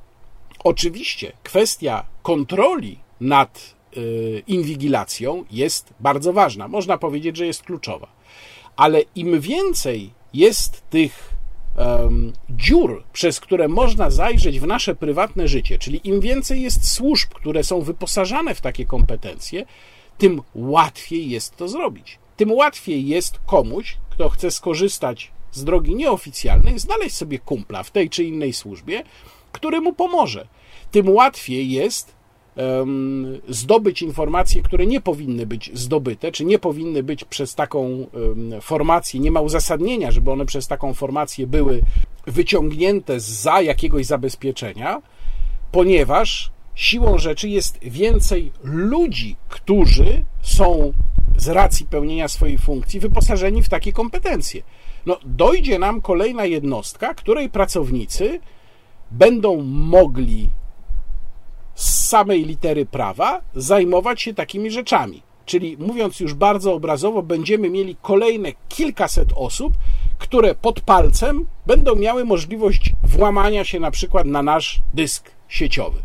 Oczywiście kwestia kontroli nad y, inwigilacją jest bardzo ważna. Można powiedzieć, że jest kluczowa. ale im więcej jest tych um, dziur, przez które można zajrzeć w nasze prywatne życie, czyli im więcej jest służb, które są wyposażane w takie kompetencje, tym łatwiej jest to zrobić. Tym łatwiej jest komuś, kto chce skorzystać z drogi nieoficjalnej, znaleźć sobie kumpla w tej czy innej służbie, który mu pomoże. Tym łatwiej jest um, zdobyć informacje, które nie powinny być zdobyte, czy nie powinny być przez taką um, formację, nie ma uzasadnienia, żeby one przez taką formację były wyciągnięte zza jakiegoś zabezpieczenia, ponieważ siłą rzeczy jest więcej ludzi, którzy są z racji pełnienia swojej funkcji wyposażeni w takie kompetencje. No, dojdzie nam kolejna jednostka, której pracownicy będą mogli z samej litery prawa zajmować się takimi rzeczami. Czyli mówiąc już bardzo obrazowo, będziemy mieli kolejne kilkaset osób, które pod palcem będą miały możliwość włamania się na przykład na nasz dysk sieciowy.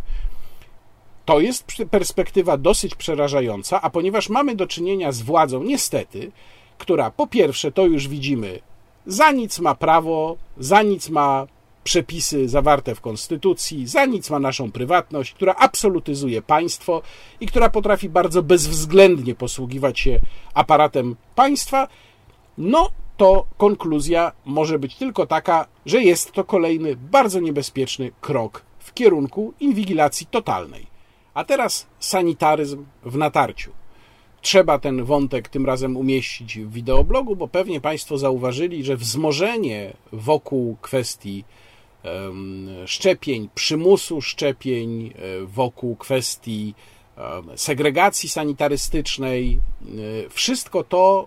To jest perspektywa dosyć przerażająca, a ponieważ mamy do czynienia z władzą, niestety, która po pierwsze, to już widzimy, za nic ma prawo, za nic ma przepisy zawarte w Konstytucji, za nic ma naszą prywatność, która absolutyzuje państwo i która potrafi bardzo bezwzględnie posługiwać się aparatem państwa, no to konkluzja może być tylko taka, że jest to kolejny bardzo niebezpieczny krok w kierunku inwigilacji totalnej. A teraz sanitaryzm w natarciu. Trzeba ten wątek tym razem umieścić w wideoblogu, bo pewnie Państwo zauważyli, że wzmożenie wokół kwestii um, szczepień, przymusu szczepień, wokół kwestii um, segregacji sanitarystycznej, wszystko to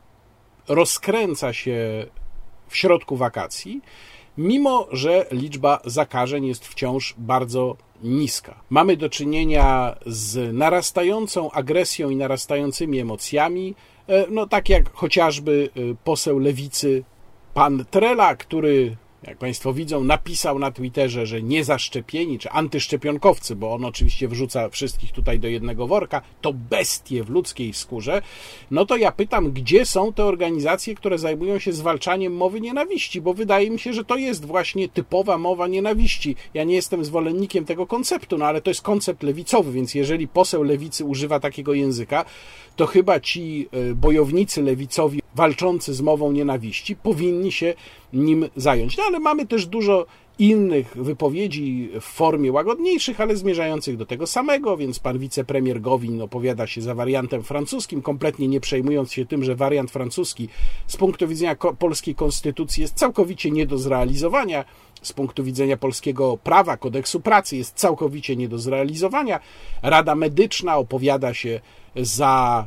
rozkręca się w środku wakacji, mimo że liczba zakażeń jest wciąż bardzo niska. Mamy do czynienia z narastającą agresją i narastającymi emocjami, no tak jak chociażby poseł Lewicy, pan Trela, który, jak Państwo widzą, napisał na Twitterze, że niezaszczepieni, czy antyszczepionkowcy, bo on oczywiście wrzuca wszystkich tutaj do jednego worka, to bestie w ludzkiej skórze, no to ja pytam, gdzie są te organizacje, które zajmują się zwalczaniem mowy nienawiści, bo wydaje mi się, że to jest właśnie typowa mowa nienawiści. Ja nie jestem zwolennikiem tego konceptu, no ale to jest koncept lewicowy, więc jeżeli poseł Lewicy używa takiego języka, to chyba ci bojownicy lewicowi walczący z mową nienawiści powinni się nim zająć. No ale mamy też dużo innych wypowiedzi w formie łagodniejszych, ale zmierzających do tego samego, więc pan wicepremier Gowin opowiada się za wariantem francuskim, kompletnie nie przejmując się tym, że wariant francuski z punktu widzenia polskiej konstytucji jest całkowicie nie do zrealizowania, z punktu widzenia polskiego prawa, kodeksu pracy jest całkowicie nie do zrealizowania. Rada Medyczna opowiada się za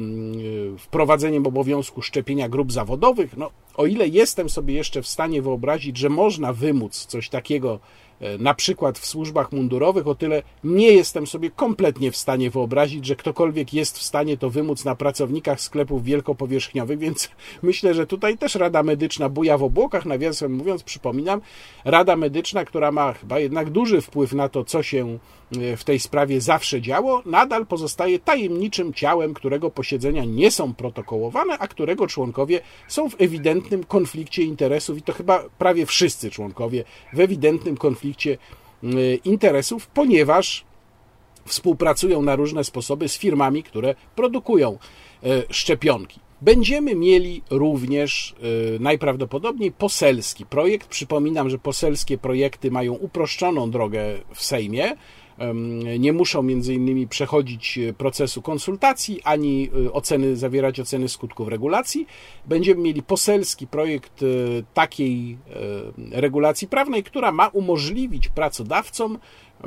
um, wprowadzeniem obowiązku szczepienia grup zawodowych. No, o ile jestem sobie jeszcze w stanie wyobrazić, że można wymóc coś takiego na przykład w służbach mundurowych, o tyle nie jestem sobie kompletnie w stanie wyobrazić, że ktokolwiek jest w stanie to wymóc na pracownikach sklepów wielkopowierzchniowych, więc myślę, że tutaj też Rada Medyczna buja w obłokach. Nawiasem mówiąc, przypominam, Rada Medyczna, która ma chyba jednak duży wpływ na to, co się w tej sprawie zawsze działo, nadal pozostaje tajemniczym ciałem, którego posiedzenia nie są protokołowane, a którego członkowie są w ewidentnym konflikcie interesów i to chyba prawie wszyscy członkowie w ewidentnym konflikcie interesów, ponieważ współpracują na różne sposoby z firmami, które produkują szczepionki. Będziemy mieli również najprawdopodobniej poselski projekt. Przypominam, że poselskie projekty mają uproszczoną drogę w Sejmie. Nie muszą między innymi przechodzić procesu konsultacji, ani oceny, zawierać oceny skutków regulacji. Będziemy mieli poselski projekt takiej regulacji prawnej, która ma umożliwić pracodawcom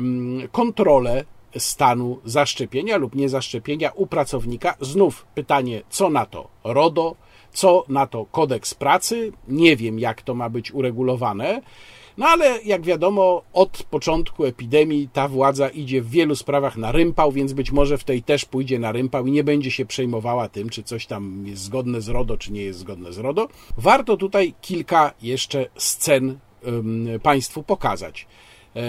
kontrolę stanu zaszczepienia lub niezaszczepienia u pracownika. Znów pytanie, co na to RODO, co na to kodeks pracy. Nie wiem, jak to ma być uregulowane. No ale jak wiadomo, od początku epidemii ta władza idzie w wielu sprawach na rympał, więc być może w tej też pójdzie na rympał i nie będzie się przejmowała tym, czy coś tam jest zgodne z RODO, czy nie jest zgodne z RODO. Warto tutaj kilka jeszcze scen um, Państwu pokazać.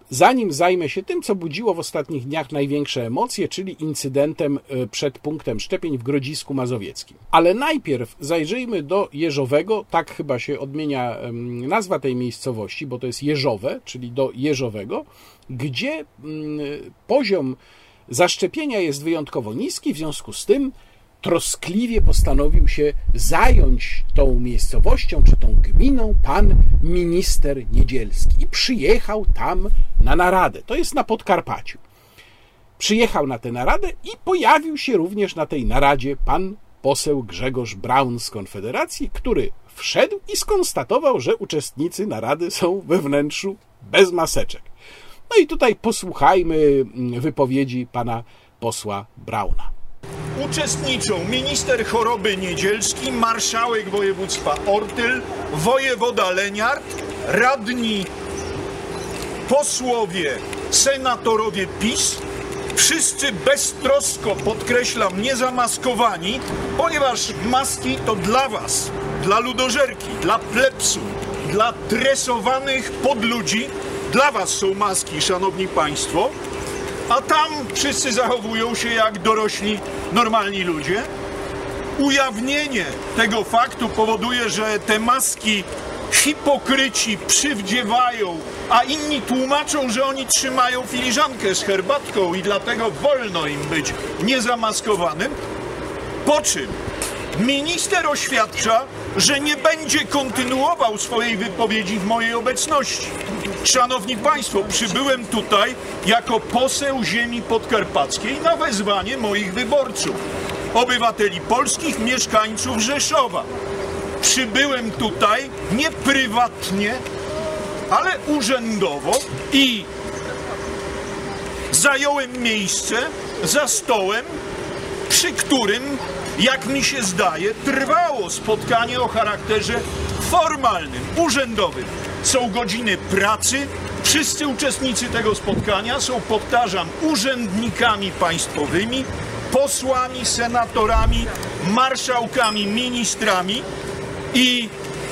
zanim zajmę się tym, co budziło w ostatnich dniach największe emocje, czyli incydentem przed punktem szczepień w Grodzisku Mazowieckim. Ale najpierw zajrzyjmy do Jeżowego, tak chyba się odmienia nazwa tej miejscowości, bo to jest Jeżowe, czyli do Jeżowego, gdzie poziom zaszczepienia jest wyjątkowo niski, w związku z tym troskliwie postanowił się zająć tą miejscowością czy tą gminą pan minister Niedzielski i przyjechał tam na naradę. To jest na Podkarpaciu. Przyjechał na tę naradę i pojawił się również na tej naradzie pan poseł Grzegorz Braun z Konfederacji, który wszedł i skonstatował, że uczestnicy narady są we wnętrzu bez maseczek. No i tutaj posłuchajmy wypowiedzi pana posła Brauna. Uczestniczą minister choroby Niedzielski, marszałek województwa Ortyl, wojewoda Leniart, radni, posłowie, senatorowie PiS, wszyscy beztrosko, podkreślam, niezamaskowani, ponieważ maski to dla was, dla ludożerki, dla plebsu, dla tresowanych podludzi, dla was są maski, szanowni państwo, a tam wszyscy zachowują się jak dorośli, normalni ludzie. Ujawnienie tego faktu powoduje, że te maski hipokryci przywdziewają, a inni tłumaczą, że oni trzymają filiżankę z herbatką i dlatego wolno im być niezamaskowanym. Po czym minister oświadcza, że nie będzie kontynuował swojej wypowiedzi w mojej obecności. Szanowni państwo, przybyłem tutaj jako poseł ziemi podkarpackiej na wezwanie moich wyborców, obywateli polskich, mieszkańców Rzeszowa. Przybyłem tutaj nie prywatnie, ale urzędowo i zająłem miejsce za stołem, przy którym, jak mi się zdaje, trwało spotkanie o charakterze formalnym, urzędowym. Są godziny pracy, wszyscy uczestnicy tego spotkania są, powtarzam, urzędnikami państwowymi, posłami, senatorami, marszałkami, ministrami i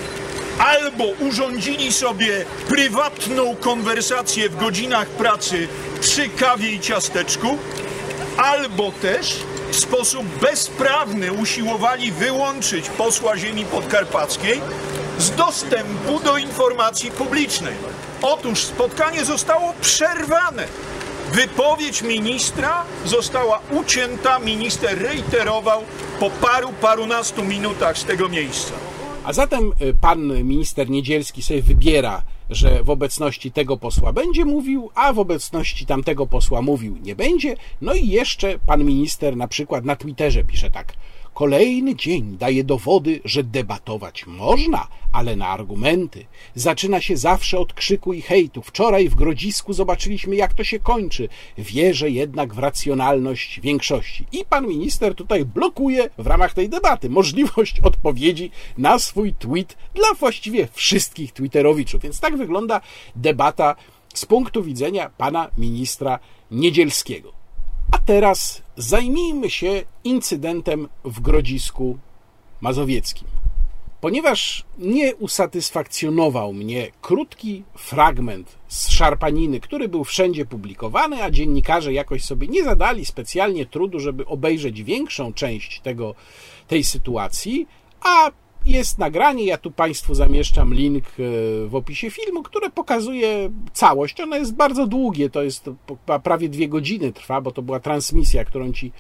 albo urządzili sobie prywatną konwersację w godzinach pracy przy kawie i ciasteczku, albo też w sposób bezprawny usiłowali wyłączyć posła ziemi podkarpackiej z dostępu do informacji publicznej. Otóż spotkanie zostało przerwane. Wypowiedź ministra została ucięta, minister reiterował po paru, parunastu minutach z tego miejsca. A zatem pan minister Niedzielski sobie wybiera, że w obecności tego posła będzie mówił, a w obecności tamtego posła mówił nie będzie. No i jeszcze pan minister na przykład na Twitterze pisze tak: kolejny dzień daje dowody, że debatować można, ale na argumenty. Zaczyna się zawsze od krzyku i hejtu. Wczoraj w Grodzisku zobaczyliśmy, jak to się kończy. Wierzę jednak w racjonalność większości. I pan minister tutaj blokuje w ramach tej debaty możliwość odpowiedzi na swój tweet dla właściwie wszystkich twitterowiczów. Więc tak wygląda debata z punktu widzenia pana ministra Niedzielskiego. A teraz zajmijmy się incydentem w Grodzisku Mazowieckim. Ponieważ nie usatysfakcjonował mnie krótki fragment z szarpaniny, który był wszędzie publikowany, a dziennikarze jakoś sobie nie zadali specjalnie trudu, żeby obejrzeć większą część tego, tej sytuacji, a jest nagranie, ja tu Państwu zamieszczam link w opisie filmu, które pokazuje całość. Ono jest bardzo długie, to jest prawie dwie godziny trwa, bo to była transmisja, którą ci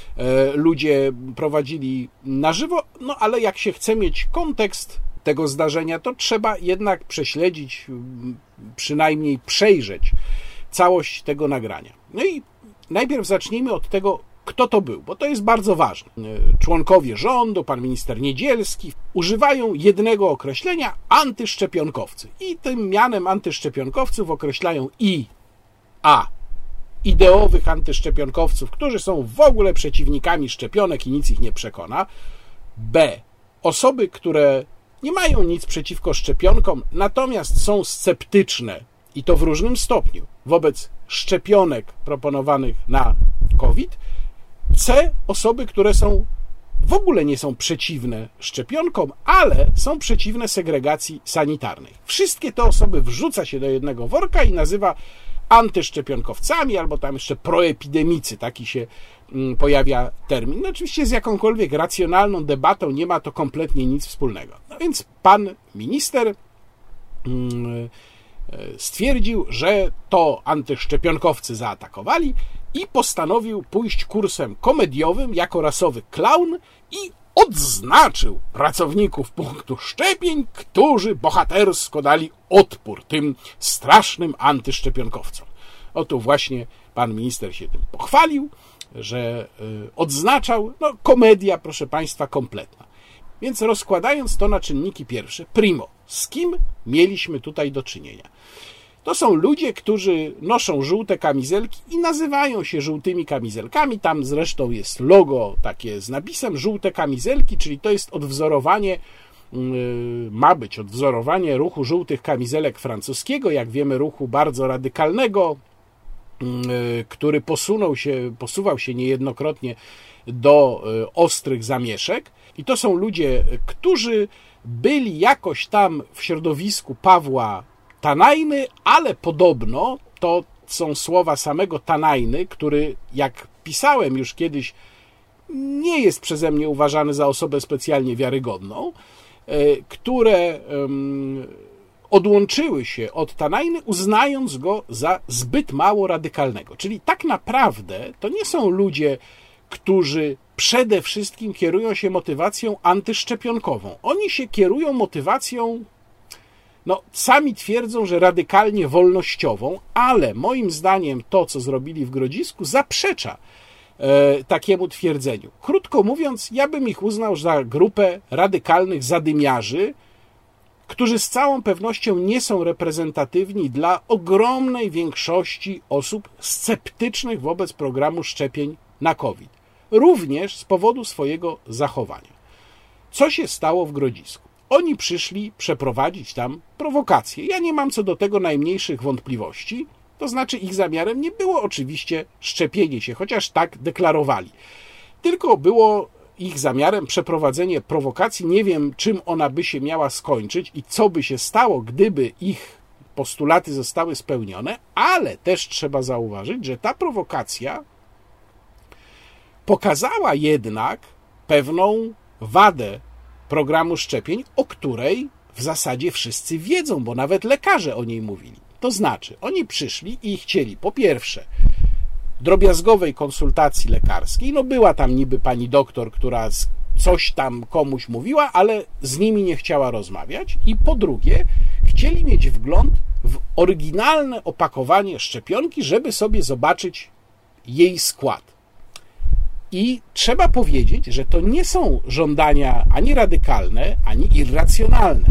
ludzie prowadzili na żywo, no ale jak się chce mieć kontekst tego zdarzenia, to trzeba jednak prześledzić, przynajmniej przejrzeć całość tego nagrania. No i najpierw zacznijmy od tego, kto to był, bo to jest bardzo ważne. Członkowie rządu, pan minister Niedzielski używają jednego określenia antyszczepionkowcy i tym mianem antyszczepionkowców określają i a. ideowych antyszczepionkowców, którzy są w ogóle przeciwnikami szczepionek i nic ich nie przekona, b. osoby, które nie mają nic przeciwko szczepionkom, natomiast są sceptyczne i to w różnym stopniu wobec szczepionek proponowanych na COVID, c. osoby, które są w ogóle nie są przeciwne szczepionkom, ale są przeciwne segregacji sanitarnej. Wszystkie te osoby wrzuca się do jednego worka i nazywa antyszczepionkowcami, albo tam jeszcze proepidemicy, taki się pojawia termin. No oczywiście z jakąkolwiek racjonalną debatą nie ma to kompletnie nic wspólnego. No więc pan minister stwierdził, że to antyszczepionkowcy zaatakowali i postanowił pójść kursem komediowym jako rasowy klaun i odznaczył pracowników punktu szczepień, którzy bohatersko dali odpór tym strasznym antyszczepionkowcom. Oto właśnie pan minister się tym pochwalił, że odznaczał, no komedia, proszę państwa, kompletna. Więc rozkładając to na czynniki pierwsze, primo, z kim mieliśmy tutaj do czynienia? To są ludzie, którzy noszą żółte kamizelki i nazywają się żółtymi kamizelkami. Tam zresztą jest logo takie z napisem żółte kamizelki, czyli to jest odwzorowanie, ma być odwzorowanie ruchu żółtych kamizelek francuskiego, jak wiemy, ruchu bardzo radykalnego, który posunął się, posuwał się niejednokrotnie do ostrych zamieszek. I to są ludzie, którzy byli jakoś tam w środowisku Pawła Tanajny, ale podobno, to są słowa samego Tanajny, który, jak pisałem już kiedyś, nie jest przeze mnie uważany za osobę specjalnie wiarygodną, które odłączyły się od Tanajny, uznając go za zbyt mało radykalnego. Czyli tak naprawdę to nie są ludzie, którzy przede wszystkim kierują się motywacją antyszczepionkową. Oni się kierują motywacją, no sami twierdzą, że radykalnie wolnościową, ale moim zdaniem to, co zrobili w Grodzisku, zaprzecza e, takiemu twierdzeniu. Krótko mówiąc, ja bym ich uznał za grupę radykalnych zadymiarzy, którzy z całą pewnością nie są reprezentatywni dla ogromnej większości osób sceptycznych wobec programu szczepień na COVID. Również z powodu swojego zachowania. Co się stało w Grodzisku? Oni przyszli przeprowadzić tam prowokację. Ja nie mam co do tego najmniejszych wątpliwości. To znaczy ich zamiarem nie było oczywiście szczepienie się, chociaż tak deklarowali. Tylko było ich zamiarem przeprowadzenie prowokacji. Nie wiem, czym ona by się miała skończyć i co by się stało, gdyby ich postulaty zostały spełnione, ale też trzeba zauważyć, że ta prowokacja pokazała jednak pewną wadę programu szczepień, o której w zasadzie wszyscy wiedzą, bo nawet lekarze o niej mówili. To znaczy, oni przyszli i chcieli po pierwsze drobiazgowej konsultacji lekarskiej, no była tam niby pani doktor, która coś tam komuś mówiła, ale z nimi nie chciała rozmawiać, i po drugie chcieli mieć wgląd w oryginalne opakowanie szczepionki, żeby sobie zobaczyć jej skład. I trzeba powiedzieć, że to nie są żądania ani radykalne, ani irracjonalne.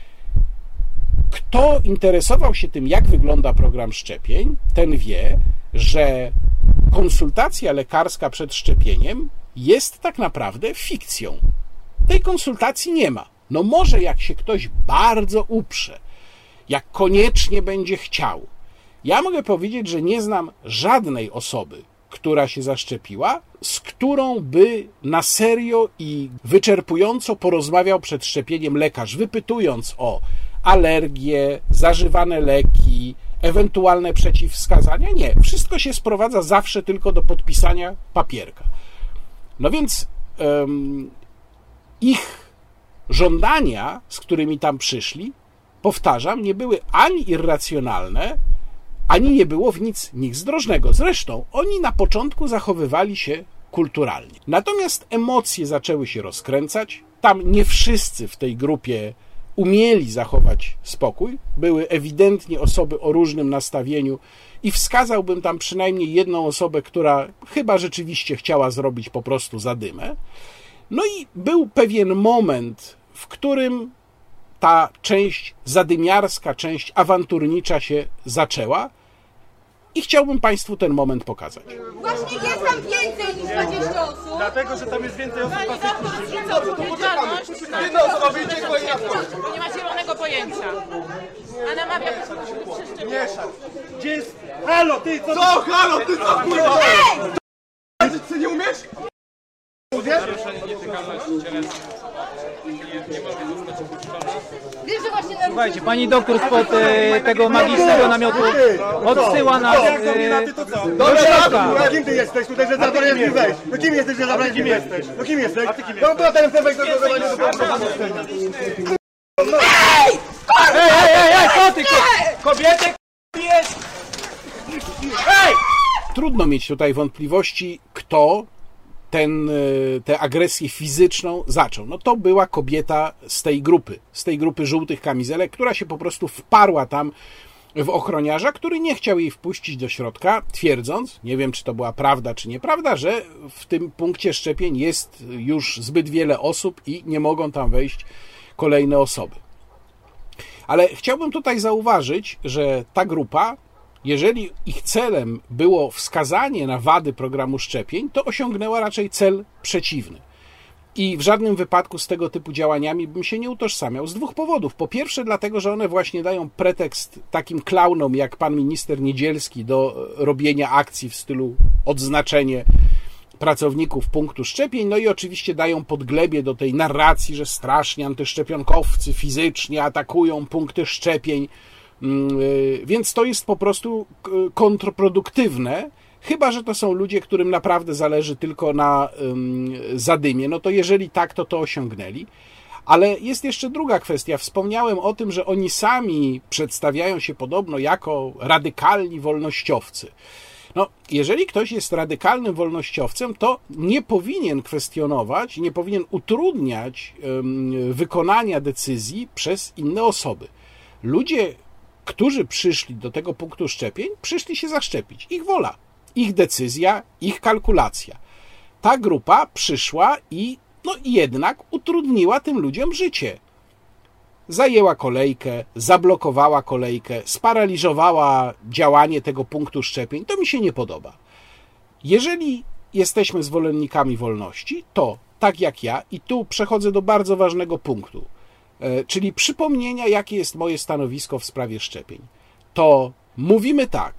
Kto interesował się tym, jak wygląda program szczepień, ten wie, że konsultacja lekarska przed szczepieniem jest tak naprawdę fikcją. Tej konsultacji nie ma. No może jak się ktoś bardzo uprze, jak koniecznie będzie chciał. Ja mogę powiedzieć, że nie znam żadnej osoby, która się zaszczepiła, z którą by na serio i wyczerpująco porozmawiał przed szczepieniem lekarz, wypytując o alergie, zażywane leki, ewentualne przeciwwskazania. Nie, wszystko się sprowadza zawsze tylko do podpisania papierka. No więc um, ich żądania, z którymi tam przyszli, powtarzam, nie były ani irracjonalne, ani nie było w nic nic zdrożnego. Zresztą oni na początku zachowywali się kulturalnie. Natomiast emocje zaczęły się rozkręcać. Tam nie wszyscy w tej grupie umieli zachować spokój. Były ewidentnie osoby o różnym nastawieniu i wskazałbym tam przynajmniej jedną osobę, która chyba rzeczywiście chciała zrobić po prostu zadymę. No i był pewien moment, w którym ta część zadymiarska, część awanturnicza się zaczęła i chciałbym Państwu ten moment pokazać. Właśnie jest tam więcej niż dwadzieścia osób. Dlatego, że tam jest więcej osób. Pani doktor, za odpowiedzialność. Jedno osoby dziękuję i Bo nie ma zielonego pojęcia. A namawia proszę być wszyscy. mieszać. Gdzie jest... Halo, ty co? Co? Halo, ty co? Kurwa! Ej! Ty nie umiesz? Wiesz, że właśnie Słuchajcie, pani doktor spod e, tego magicznego namiotu odsyła nas e, do środka. Kim ty jesteś tutaj, że zabraniasz mi wejść? No kim jesteś, że zabraniasz mi wejść? No kim jesteś? No obywatelem chcę wejść do głosowania do Parlamentu. Ej! Ej, ej, ej, co ty? Kobiety jest! Ej! Trudno mieć tutaj wątpliwości, kto ten, tę agresję fizyczną zaczął. No to była kobieta z tej grupy, z tej grupy żółtych kamizelek, która się po prostu wparła tam w ochroniarza, który nie chciał jej wpuścić do środka, twierdząc, nie wiem czy to była prawda czy nieprawda, że w tym punkcie szczepień jest już zbyt wiele osób i nie mogą tam wejść kolejne osoby. Ale chciałbym tutaj zauważyć, że ta grupa, jeżeli ich celem było wskazanie na wady programu szczepień, to osiągnęła raczej cel przeciwny. I w żadnym wypadku z tego typu działaniami bym się nie utożsamiał z dwóch powodów. Po pierwsze dlatego, że one właśnie dają pretekst takim klaunom jak pan minister Niedzielski do robienia akcji w stylu odznaczenie pracowników punktu szczepień, no i oczywiście dają podglebie do tej narracji, że strasznie antyszczepionkowcy fizycznie atakują punkty szczepień, więc to jest po prostu kontrproduktywne, chyba że to są ludzie, którym naprawdę zależy tylko na zadymie, no to jeżeli tak, to to osiągnęli. Ale jest jeszcze druga kwestia. Wspomniałem o tym, że oni sami przedstawiają się podobno jako radykalni wolnościowcy. No, jeżeli ktoś jest radykalnym wolnościowcem, to nie powinien kwestionować, nie powinien utrudniać wykonania decyzji przez inne osoby. Ludzie, którzy przyszli do tego punktu szczepień, przyszli się zaszczepić. Ich wola, ich decyzja, ich kalkulacja. Ta grupa przyszła i no jednak utrudniła tym ludziom życie. Zajęła kolejkę, zablokowała kolejkę, sparaliżowała działanie tego punktu szczepień. To mi się nie podoba. Jeżeli jesteśmy zwolennikami wolności, to tak jak ja, i tu przechodzę do bardzo ważnego punktu, czyli przypomnienia, jakie jest moje stanowisko w sprawie szczepień, to mówimy tak,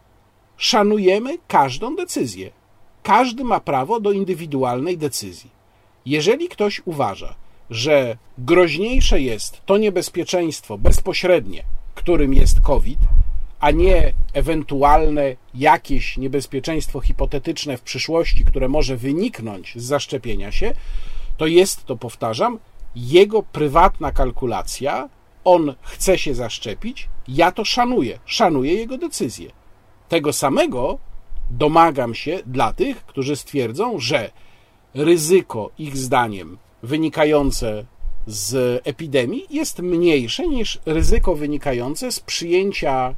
szanujemy każdą decyzję. Każdy ma prawo do indywidualnej decyzji. Jeżeli ktoś uważa, że groźniejsze jest to niebezpieczeństwo bezpośrednie, którym jest COVID, a nie ewentualne jakieś niebezpieczeństwo hipotetyczne w przyszłości, które może wyniknąć z zaszczepienia się, to jest to, powtarzam, jego prywatna kalkulacja, on chce się zaszczepić, ja to szanuję, szanuję jego decyzję. Tego samego domagam się dla tych, którzy stwierdzą, że ryzyko ich zdaniem wynikające z epidemii jest mniejsze niż ryzyko wynikające z przyjęcia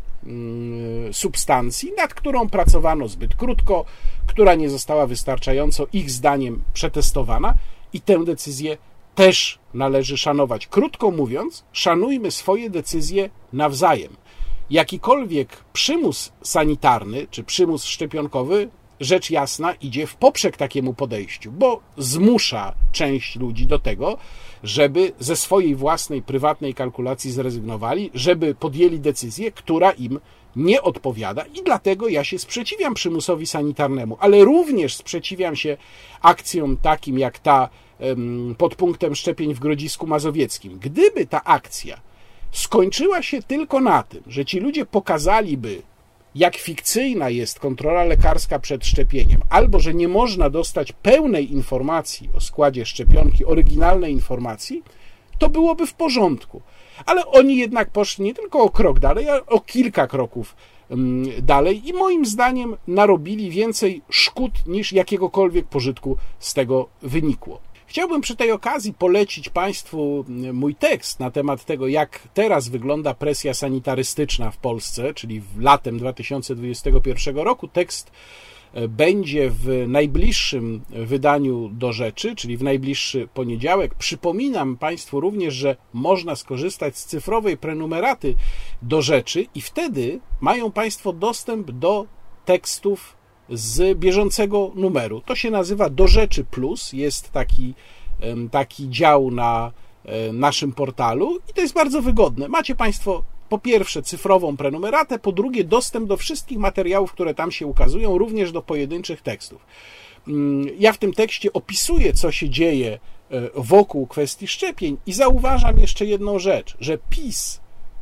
substancji, nad którą pracowano zbyt krótko, która nie została wystarczająco ich zdaniem przetestowana i tę decyzję też należy szanować. Krótko mówiąc, szanujmy swoje decyzje nawzajem. Jakikolwiek przymus sanitarny czy przymus szczepionkowy, rzecz jasna, idzie w poprzek takiemu podejściu, bo zmusza część ludzi do tego, żeby ze swojej własnej, prywatnej kalkulacji zrezygnowali, żeby podjęli decyzję, która im nie odpowiada i dlatego ja się sprzeciwiam przymusowi sanitarnemu, ale również sprzeciwiam się akcjom takim jak ta pod punktem szczepień w Grodzisku Mazowieckim. Gdyby ta akcja skończyła się tylko na tym, że ci ludzie pokazaliby, jak fikcyjna jest kontrola lekarska przed szczepieniem, albo że nie można dostać pełnej informacji o składzie szczepionki, oryginalnej informacji, to byłoby w porządku. Ale oni jednak poszli nie tylko o krok dalej, ale o kilka kroków dalej i moim zdaniem narobili więcej szkód niż jakiegokolwiek pożytku z tego wynikło. Chciałbym przy tej okazji polecić Państwu mój tekst na temat tego, jak teraz wygląda presja sanitarystyczna w Polsce, czyli w latem dwa tysiące dwudziestego pierwszego roku. Tekst będzie w najbliższym wydaniu Do Rzeczy, czyli w najbliższy poniedziałek. Przypominam Państwu również, że można skorzystać z cyfrowej prenumeraty Do Rzeczy i wtedy mają Państwo dostęp do tekstów z bieżącego numeru. To się nazywa Do Rzeczy Plus, jest taki, taki dział na naszym portalu i to jest bardzo wygodne. Macie Państwo po pierwsze cyfrową prenumeratę, po drugie dostęp do wszystkich materiałów, które tam się ukazują, również do pojedynczych tekstów. Ja w tym tekście opisuję, co się dzieje wokół kwestii szczepień i zauważam jeszcze jedną rzecz, że PiS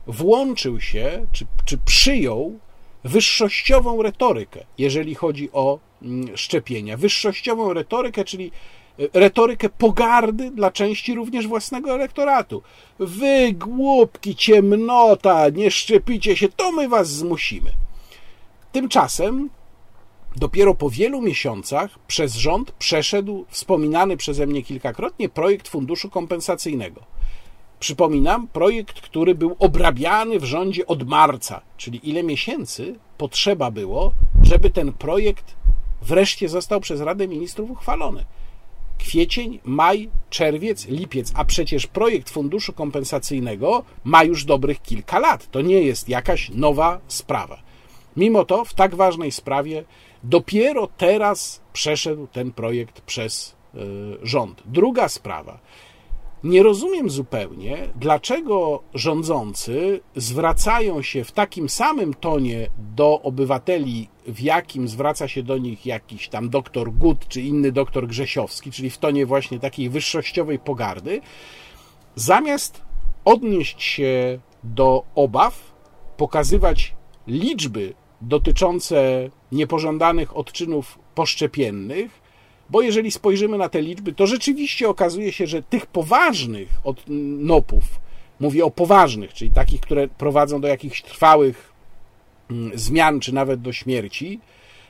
włączył się, czy, czy przyjął wyższościową retorykę, jeżeli chodzi o szczepienia. Wyższościową retorykę, czyli retorykę pogardy dla części również własnego elektoratu. Wy, głupki, ciemnota, nie szczepicie się, to my was zmusimy. Tymczasem dopiero po wielu miesiącach przez rząd przeszedł wspominany przeze mnie kilkakrotnie projekt funduszu kompensacyjnego. Przypominam, projekt, który był obrabiany w rządzie od marca, czyli ile miesięcy potrzeba było, żeby ten projekt wreszcie został przez Radę Ministrów uchwalony. Kwiecień, maj, czerwiec, lipiec, a przecież projekt funduszu kompensacyjnego ma już dobrych kilka lat. To nie jest jakaś nowa sprawa. Mimo to w tak ważnej sprawie dopiero teraz przeszedł ten projekt przez y, rząd. Druga sprawa. Nie rozumiem zupełnie, dlaczego rządzący zwracają się w takim samym tonie do obywateli, w jakim zwraca się do nich jakiś tam doktor Gut czy inny doktor Grzesiowski, czyli w tonie właśnie takiej wyższościowej pogardy, zamiast odnieść się do obaw, pokazywać liczby dotyczące niepożądanych odczynów poszczepiennych, bo jeżeli spojrzymy na te liczby, to rzeczywiście okazuje się, że tych poważnych od nopów, mówię o poważnych, czyli takich, które prowadzą do jakichś trwałych zmian, czy nawet do śmierci,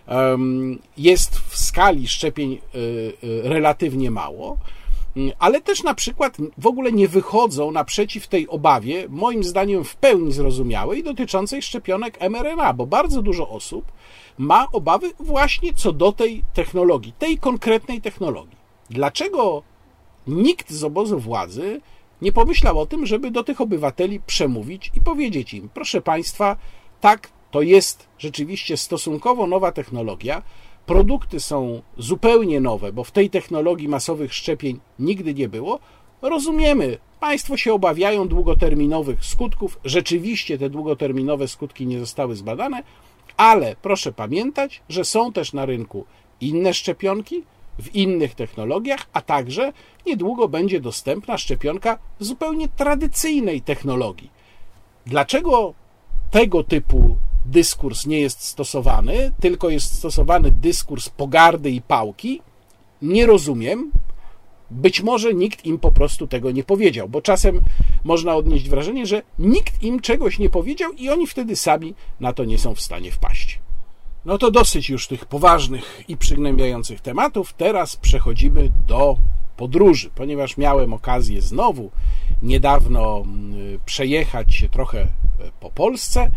jest w skali szczepień relatywnie mało, ale też na przykład w ogóle nie wychodzą naprzeciw tej obawie, moim zdaniem w pełni zrozumiałej, dotyczącej szczepionek em er en a, bo bardzo dużo osób ma obawy właśnie co do tej technologii, tej konkretnej technologii. Dlaczego nikt z obozu władzy nie pomyślał o tym, żeby do tych obywateli przemówić i powiedzieć im, proszę Państwa, tak, to jest rzeczywiście stosunkowo nowa technologia, produkty są zupełnie nowe, bo w tej technologii masowych szczepień nigdy nie było. Rozumiemy, Państwo się obawiają długoterminowych skutków, rzeczywiście te długoterminowe skutki nie zostały zbadane, ale proszę pamiętać, że są też na rynku inne szczepionki w innych technologiach, a także niedługo będzie dostępna szczepionka zupełnie tradycyjnej technologii. Dlaczego tego typu dyskurs nie jest stosowany, tylko jest stosowany dyskurs pogardy i pałki? Nie rozumiem. Być może nikt im po prostu tego nie powiedział, bo czasem można odnieść wrażenie, że nikt im czegoś nie powiedział i oni wtedy sami na to nie są w stanie wpaść. No to dosyć już tych poważnych i przygnębiających tematów. Teraz przechodzimy do podróży, ponieważ miałem okazję znowu niedawno przejechać się trochę po Polsce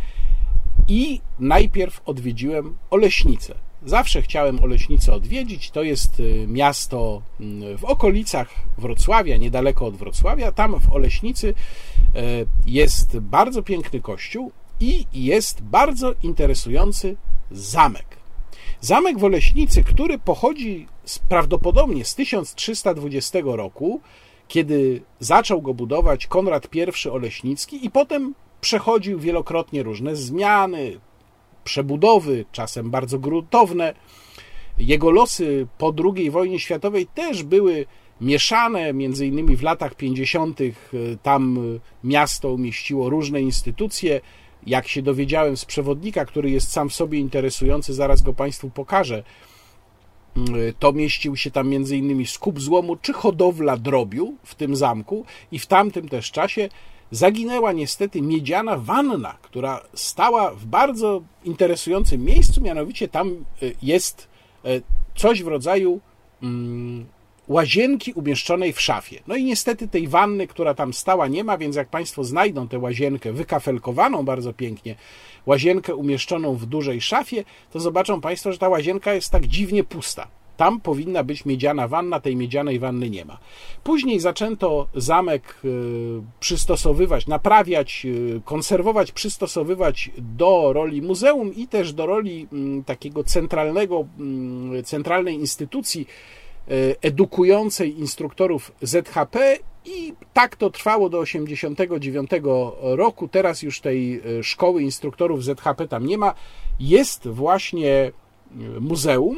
i najpierw odwiedziłem Oleśnicę. Zawsze chciałem Oleśnicę odwiedzić. To jest miasto w okolicach Wrocławia, niedaleko od Wrocławia. Tam w Oleśnicy jest bardzo piękny kościół i jest bardzo interesujący zamek. Zamek w Oleśnicy, który pochodzi z, prawdopodobnie z tysiąc trzysta dwudziestego roku, kiedy zaczął go budować Konrad pierwszy Oleśnicki i potem przechodził wielokrotnie różne zmiany, przebudowy, czasem bardzo gruntowne. Jego losy po drugiej wojnie światowej też były mieszane, między innymi w latach pięćdziesiątych tam miasto umieściło różne instytucje. Jak się dowiedziałem z przewodnika, który jest sam w sobie interesujący, zaraz go Państwu pokażę, to mieścił się tam między innymi skup złomu czy hodowla drobiu w tym zamku i w tamtym też czasie zaginęła niestety miedziana wanna, która stała w bardzo interesującym miejscu, mianowicie tam jest coś w rodzaju łazienki umieszczonej w szafie. No i niestety tej wanny, która tam stała, nie ma, więc jak Państwo znajdą tę łazienkę wykafelkowaną bardzo pięknie, łazienkę umieszczoną w dużej szafie, to zobaczą Państwo, że ta łazienka jest tak dziwnie pusta. Tam powinna być miedziana wanna, tej miedzianej wanny nie ma. Później zaczęto zamek przystosowywać, naprawiać, konserwować, przystosowywać do roli muzeum i też do roli takiego centralnego, centralnej instytucji edukującej instruktorów zet ha pe i tak to trwało do osiemdziesiątego dziewiątego roku. Teraz już tej szkoły instruktorów zet ha pe tam nie ma. Jest właśnie muzeum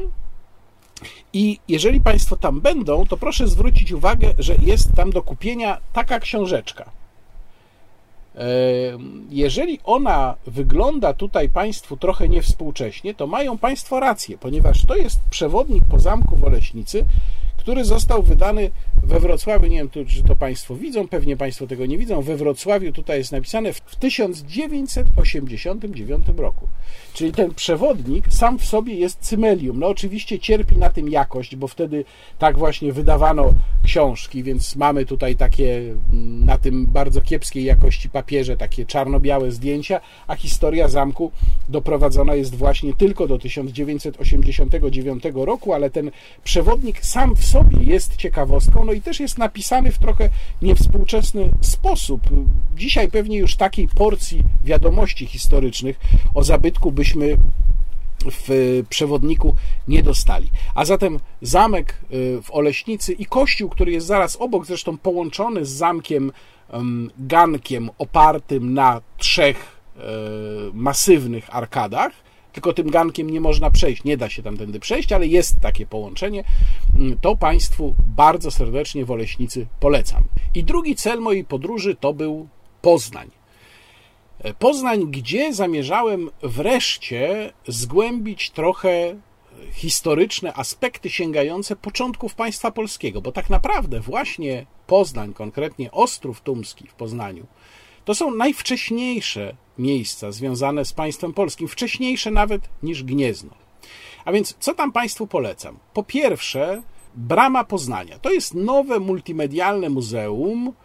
i jeżeli Państwo tam będą, to proszę zwrócić uwagę, że jest tam do kupienia taka książeczka. Jeżeli ona wygląda tutaj Państwu trochę niewspółcześnie, to mają Państwo rację, ponieważ to jest przewodnik po zamku w Oleśnicy, który został wydany we Wrocławiu. Nie wiem, czy to Państwo widzą, pewnie Państwo tego nie widzą. We Wrocławiu tutaj jest napisane w tysiąc dziewięćset osiemdziesiątym dziewiątym roku. Czyli ten przewodnik sam w sobie jest cymelium. No oczywiście cierpi na tym jakość, bo wtedy tak właśnie wydawano książki, więc mamy tutaj takie na tym bardzo kiepskiej jakości papierze, takie czarno-białe zdjęcia, a historia zamku doprowadzona jest właśnie tylko do tysiąc dziewięćset osiemdziesiątego dziewiątego roku, ale ten przewodnik sam w sobie jest ciekawostką, no i też jest napisany w trochę niewspółczesny sposób. Dzisiaj pewnie już takiej porcji wiadomości historycznych o zabytku byśmy w przewodniku nie dostali. A zatem zamek w Oleśnicy i kościół, który jest zaraz obok, zresztą połączony z zamkiem gankiem opartym na trzech masywnych arkadach, tylko tym gankiem nie można przejść, nie da się tamtędy przejść, ale jest takie połączenie, to Państwu bardzo serdecznie w Oleśnicy polecam. I drugi cel mojej podróży to był Poznań. Poznań, gdzie zamierzałem wreszcie zgłębić trochę historyczne aspekty sięgające początków państwa polskiego, bo tak naprawdę właśnie Poznań, konkretnie Ostrów Tumski w Poznaniu, to są najwcześniejsze miejsca związane z państwem polskim, wcześniejsze nawet niż Gniezno. A więc co tam Państwu polecam? Po pierwsze, Brama Poznania. To jest nowe multimedialne muzeum,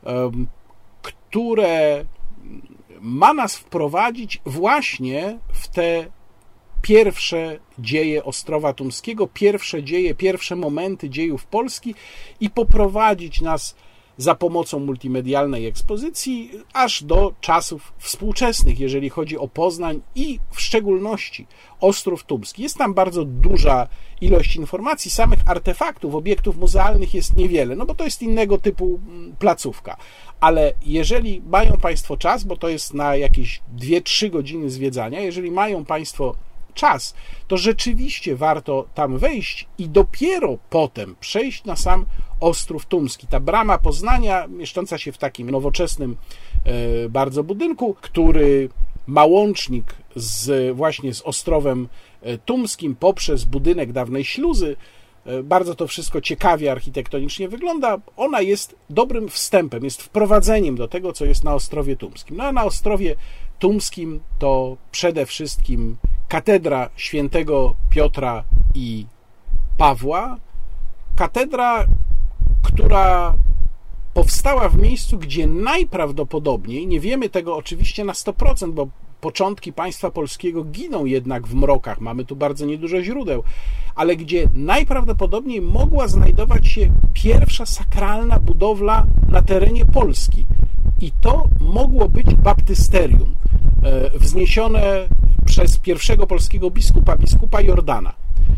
które ma nas wprowadzić właśnie w te pierwsze dzieje Ostrowa Tumskiego, pierwsze dzieje, pierwsze momenty dziejów Polski i poprowadzić nas za pomocą multimedialnej ekspozycji aż do czasów współczesnych, jeżeli chodzi o Poznań i w szczególności Ostrów Tumski. Jest tam bardzo duża ilość informacji, samych artefaktów, obiektów muzealnych jest niewiele, no bo to jest innego typu placówka. Ale jeżeli mają Państwo czas, bo to jest na jakieś dwie trzy godziny zwiedzania, jeżeli mają Państwo czas, to rzeczywiście warto tam wejść i dopiero potem przejść na sam Ostrów Tumski. Ta Brama Poznania, mieszcząca się w takim nowoczesnym e, bardzo budynku, który ma łącznik z, właśnie z Ostrowem Tumskim poprzez budynek dawnej śluzy. E, bardzo to wszystko ciekawie architektonicznie wygląda. Ona jest dobrym wstępem, jest wprowadzeniem do tego, co jest na Ostrowie Tumskim. No a na Ostrowie Tumskim to przede wszystkim katedra świętego Piotra i Pawła. Katedra, która powstała w miejscu, gdzie najprawdopodobniej, nie wiemy tego oczywiście na sto procent, bo początki państwa polskiego giną jednak w mrokach, mamy tu bardzo niedużo źródeł, ale gdzie najprawdopodobniej mogła znajdować się pierwsza sakralna budowla na terenie Polski. I to mogło być baptysterium, wzniesione przez pierwszego polskiego biskupa, biskupa Jordana.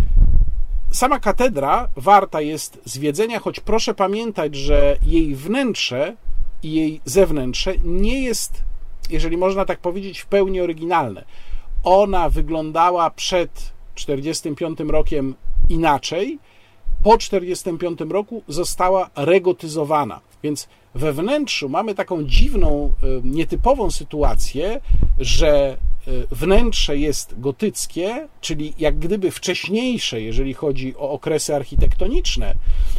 Sama katedra warta jest zwiedzenia, choć proszę pamiętać, że jej wnętrze i jej zewnętrze nie jest, jeżeli można tak powiedzieć, w pełni oryginalne. Ona wyglądała przed czterdziestym piątym rokiem inaczej, po czterdziestym piątym roku została regotyzowana, więc we wnętrzu mamy taką dziwną, nietypową sytuację, że wnętrze jest gotyckie, czyli jak gdyby wcześniejsze, jeżeli chodzi o okresy architektoniczne,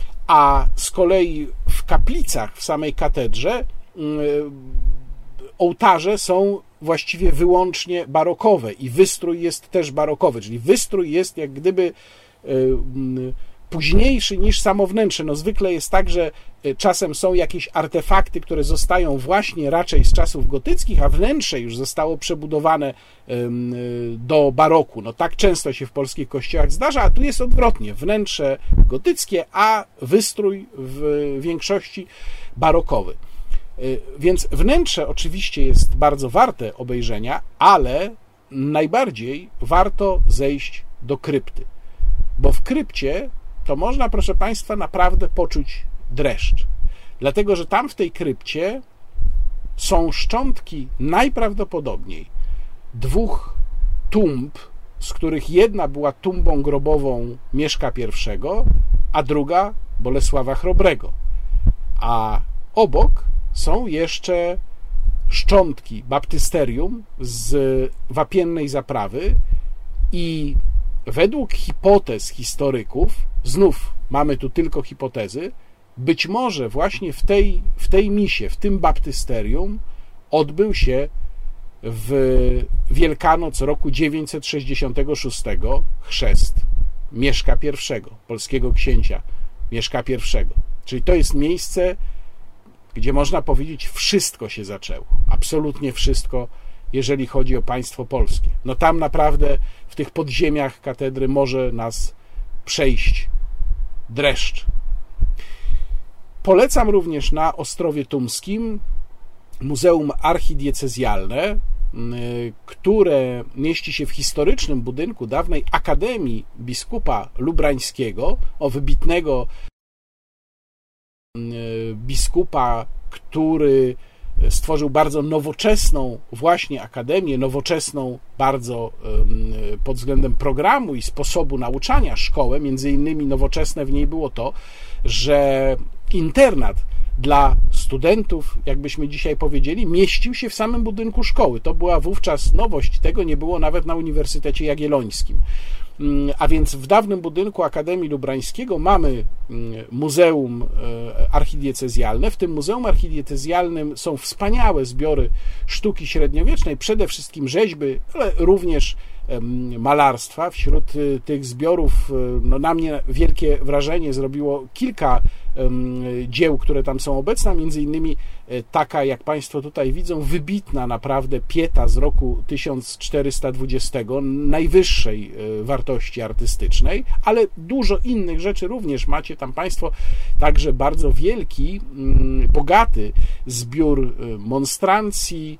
a z kolei w kaplicach w samej katedrze ołtarze są właściwie wyłącznie barokowe i wystrój jest też barokowy, czyli wystrój jest jak gdyby późniejszy niż samo wnętrze. No zwykle jest tak, że czasem są jakieś artefakty, które zostają właśnie raczej z czasów gotyckich, a wnętrze już zostało przebudowane do baroku. No tak często się w polskich kościołach zdarza, a tu jest odwrotnie. Wnętrze gotyckie, a wystrój w większości barokowy. Więc wnętrze oczywiście jest bardzo warte obejrzenia, ale najbardziej warto zejść do krypty. Bo w krypcie to można, proszę Państwa, naprawdę poczuć dreszcz. Dlatego, że tam w tej krypcie są szczątki najprawdopodobniej dwóch tumb, z których jedna była tumbą grobową Mieszka I, a druga Bolesława Chrobrego. A obok są jeszcze szczątki baptysterium z wapiennej zaprawy i według hipotez historyków, znów mamy tu tylko hipotezy, być może właśnie w tej, w tej misie, w tym baptysterium odbył się w Wielkanoc roku dziewięćset sześćdziesiątego szóstego chrzest Mieszka I, polskiego księcia Mieszka I. Czyli to jest miejsce, gdzie można powiedzieć, wszystko się zaczęło. Absolutnie wszystko, jeżeli chodzi o państwo polskie. No tam naprawdę w tych podziemiach katedry może nas przejść dreszcz. Polecam również na Ostrowie Tumskim Muzeum Archidiecezjalne, które mieści się w historycznym budynku dawnej Akademii Biskupa Lubrańskiego, o wybitnego biskupa, który stworzył bardzo nowoczesną właśnie akademię, nowoczesną bardzo pod względem programu i sposobu nauczania szkołę. Między innymi nowoczesne w niej było to, że internat dla studentów, jakbyśmy dzisiaj powiedzieli, mieścił się w samym budynku szkoły. To była wówczas nowość, tego nie było nawet na Uniwersytecie Jagiellońskim. A więc w dawnym budynku Akademii Lubrańskiego mamy Muzeum Archidiecezjalne. W tym Muzeum Archidiecezjalnym są wspaniałe zbiory sztuki średniowiecznej, przede wszystkim rzeźby, ale również malarstwa. Wśród tych zbiorów no, na mnie wielkie wrażenie zrobiło kilka dzieł, które tam są obecne, między innymi taka, jak Państwo tutaj widzą, wybitna naprawdę Pieta z roku tysiąc czterysta dwudziestego, najwyższej wartości artystycznej, ale dużo innych rzeczy również macie tam Państwo, także bardzo wielki, bogaty zbiór monstrancji,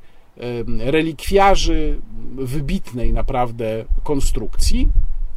relikwiarzy wybitnej naprawdę konstrukcji.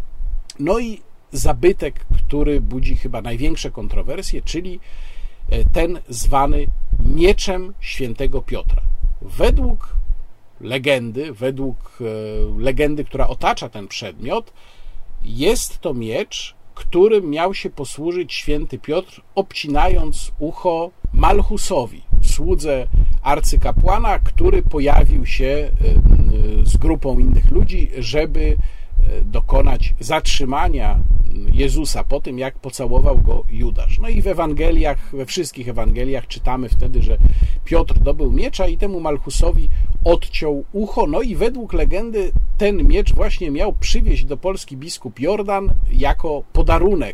No i zabytek, który budzi chyba największe kontrowersje, czyli ten zwany mieczem świętego Piotra. Według legendy, według legendy, która otacza ten przedmiot, jest to miecz, którym miał się posłużyć święty Piotr, obcinając ucho Malchusowi, słudze arcykapłana, który pojawił się z grupą innych ludzi, żeby dokonać zatrzymania Jezusa po tym, jak pocałował go Judasz. No i w Ewangeliach, we wszystkich Ewangeliach czytamy wtedy, że Piotr dobył miecza i temu Malchusowi odciął ucho. No i według legendy ten miecz właśnie miał przywieźć do Polski biskup Jordan jako podarunek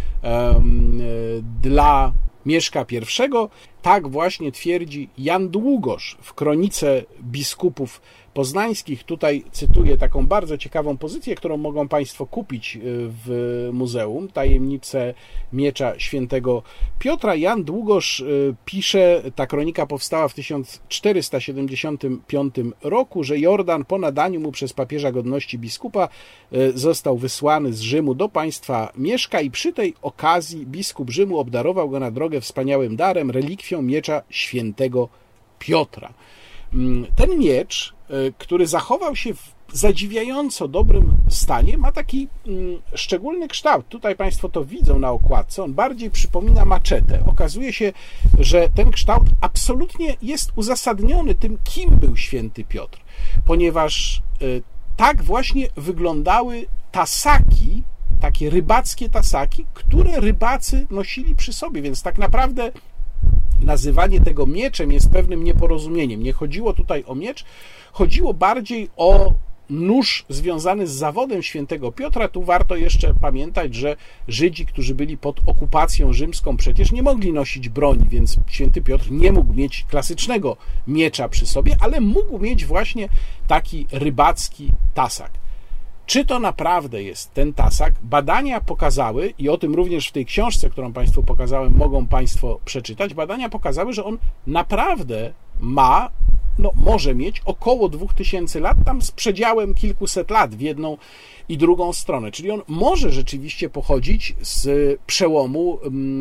um, dla Mieszka I. Tak właśnie twierdzi Jan Długosz w Kronice Biskupów Poznańskich. Tutaj cytuję taką bardzo ciekawą pozycję, którą mogą Państwo kupić w muzeum. Tajemnice miecza świętego Piotra. Jan Długosz pisze, ta kronika powstała w tysiąc czterysta siedemdziesiątym piątym roku, że Jordan po nadaniu mu przez papieża godności biskupa został wysłany z Rzymu do państwa Mieszka i przy tej okazji biskup Rzymu obdarował go na drogę wspaniałym darem, relikwią miecza świętego Piotra. Ten miecz, który zachował się w zadziwiająco dobrym stanie, ma taki szczególny kształt. Tutaj Państwo to widzą na okładce. On bardziej przypomina maczetę. Okazuje się, że ten kształt absolutnie jest uzasadniony tym, kim był święty Piotr, ponieważ tak właśnie wyglądały tasaki, takie rybackie tasaki, które rybacy nosili przy sobie, więc tak naprawdę nazywanie tego mieczem jest pewnym nieporozumieniem. Nie chodziło tutaj o miecz, chodziło bardziej o nóż związany z zawodem świętego Piotra. Tu warto jeszcze pamiętać, że Żydzi, którzy byli pod okupacją rzymską, przecież nie mogli nosić broni, więc święty Piotr nie mógł mieć klasycznego miecza przy sobie, ale mógł mieć właśnie taki rybacki tasak. Czy to naprawdę jest ten tasak? Badania pokazały, i o tym również w tej książce, którą Państwu pokazałem, mogą Państwo przeczytać, badania pokazały, że on naprawdę ma, no może mieć około dwóch tysięcy lat, tam z przedziałem kilkuset lat w jedną i drugą stronę. Czyli on może rzeczywiście pochodzić z przełomu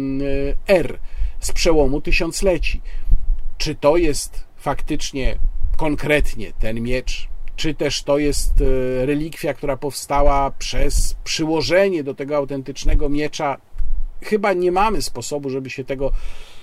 R, z przełomu tysiącleci. Czy to jest faktycznie, konkretnie ten miecz? Czy też to jest relikwia, która powstała przez przyłożenie do tego autentycznego miecza? Chyba nie mamy sposobu, żeby się tego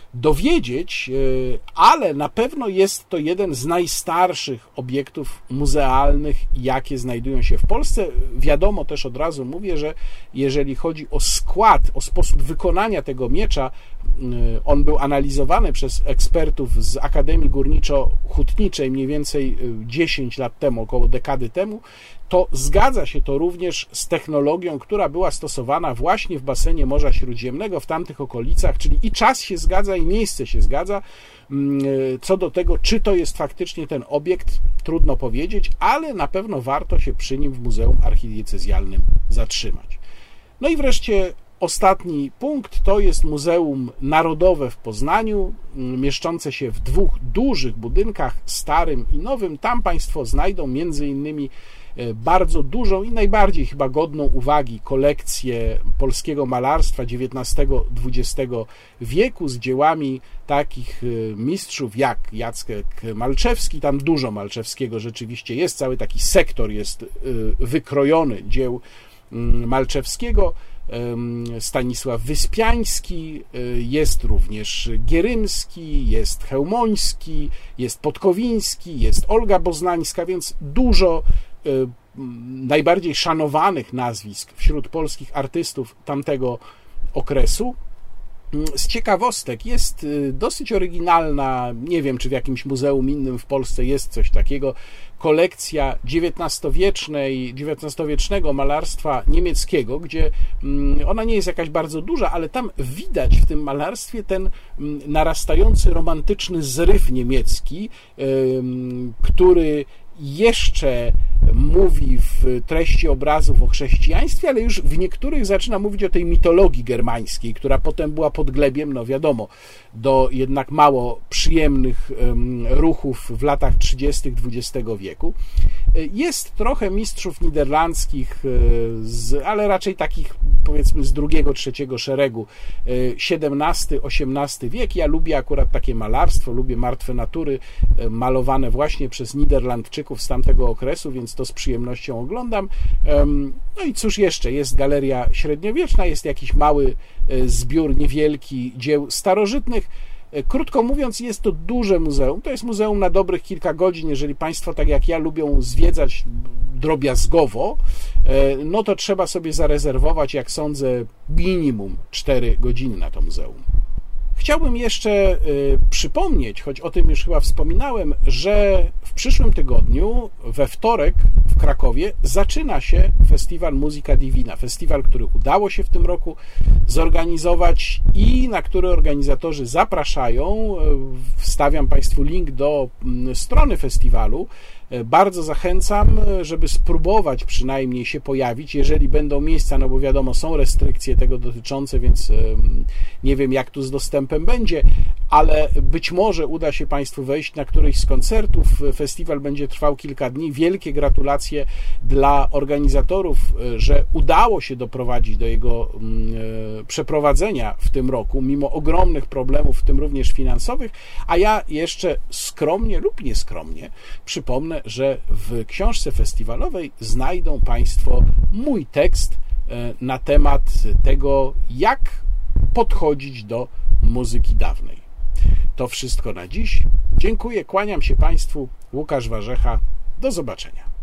dowiedzieć, ale na pewno jest to jeden z najstarszych obiektów muzealnych, jakie znajdują się w Polsce. Wiadomo, też od razu mówię, że jeżeli chodzi o skład, o sposób wykonania tego miecza, on był analizowany przez ekspertów z Akademii Górniczo-Hutniczej mniej więcej dziesięć lat temu, około dekady temu, to zgadza się to również z technologią, która była stosowana właśnie w basenie Morza Śródziemnego, w tamtych okolicach, czyli i czas się zgadza, i miejsce się zgadza. Co do tego, czy to jest faktycznie ten obiekt, trudno powiedzieć, ale na pewno warto się przy nim w Muzeum Archidiecezjalnym zatrzymać. No i wreszcie ostatni punkt to jest Muzeum Narodowe w Poznaniu, mieszczące się w dwóch dużych budynkach, starym i nowym. Tam Państwo znajdą między innymi bardzo dużą i najbardziej chyba godną uwagi kolekcję polskiego malarstwa dziewiętnastego-dwudziestego wieku z dziełami takich mistrzów jak Jacek Malczewski. Tam dużo Malczewskiego rzeczywiście jest, cały taki sektor jest wykrojony dzieł Malczewskiego. Stanisław Wyspiański, jest również Gierymski, jest Chełmoński, jest Podkowiński, jest Olga Boznańska, więc dużo najbardziej szanowanych nazwisk wśród polskich artystów tamtego okresu. Z ciekawostek jest dosyć oryginalna, nie wiem, czy w jakimś muzeum innym w Polsce jest coś takiego, kolekcja dziewiętnastowiecznej, dziewiętnastowiecznego malarstwa niemieckiego, gdzie ona nie jest jakaś bardzo duża, ale tam widać w tym malarstwie ten narastający romantyczny zryw niemiecki, który jeszcze mówi w treści obrazów o chrześcijaństwie, ale już w niektórych zaczyna mówić o tej mitologii germańskiej, która potem była podglebiem, no wiadomo, do jednak mało przyjemnych ruchów w latach trzydziestych dwudziestego wieku. Jest trochę mistrzów niderlandzkich, z, ale raczej takich powiedzmy z drugiego, trzeciego szeregu, siedemnasty, osiemnasty wiek. Ja lubię akurat takie malarstwo, lubię martwe natury malowane właśnie przez Niderlandczyków z tamtego okresu, więc to z przyjemnością oglądam. No i cóż jeszcze, jest galeria średniowieczna, jest jakiś mały zbiór niewielki dzieł starożytnych. Krótko mówiąc, jest to duże muzeum. To jest muzeum na dobrych kilka godzin. Jeżeli Państwo, tak jak ja, lubią zwiedzać drobiazgowo, no to trzeba sobie zarezerwować, jak sądzę, minimum cztery godziny na to muzeum. Chciałbym jeszcze przypomnieć, choć o tym już chyba wspominałem, że w przyszłym tygodniu, we wtorek w Krakowie, zaczyna się festiwal Musica Divina. Festiwal, który udało się w tym roku zorganizować i na który organizatorzy zapraszają. Wstawiam Państwu link do strony festiwalu. Bardzo zachęcam, żeby spróbować przynajmniej się pojawić, jeżeli będą miejsca, no bo wiadomo, są restrykcje tego dotyczące, więc nie wiem, jak tu z dostępem będzie, ale być może uda się Państwu wejść na któryś z koncertów. Festiwal będzie trwał kilka dni. Wielkie gratulacje dla organizatorów, że udało się doprowadzić do jego przeprowadzenia w tym roku, mimo ogromnych problemów, w tym również finansowych, a ja jeszcze skromnie lub nieskromnie przypomnę, że w książce festiwalowej znajdą Państwo mój tekst na temat tego, jak podchodzić do muzyki dawnej. To wszystko na dziś. Dziękuję, kłaniam się Państwu. Łukasz Warzecha. Do zobaczenia.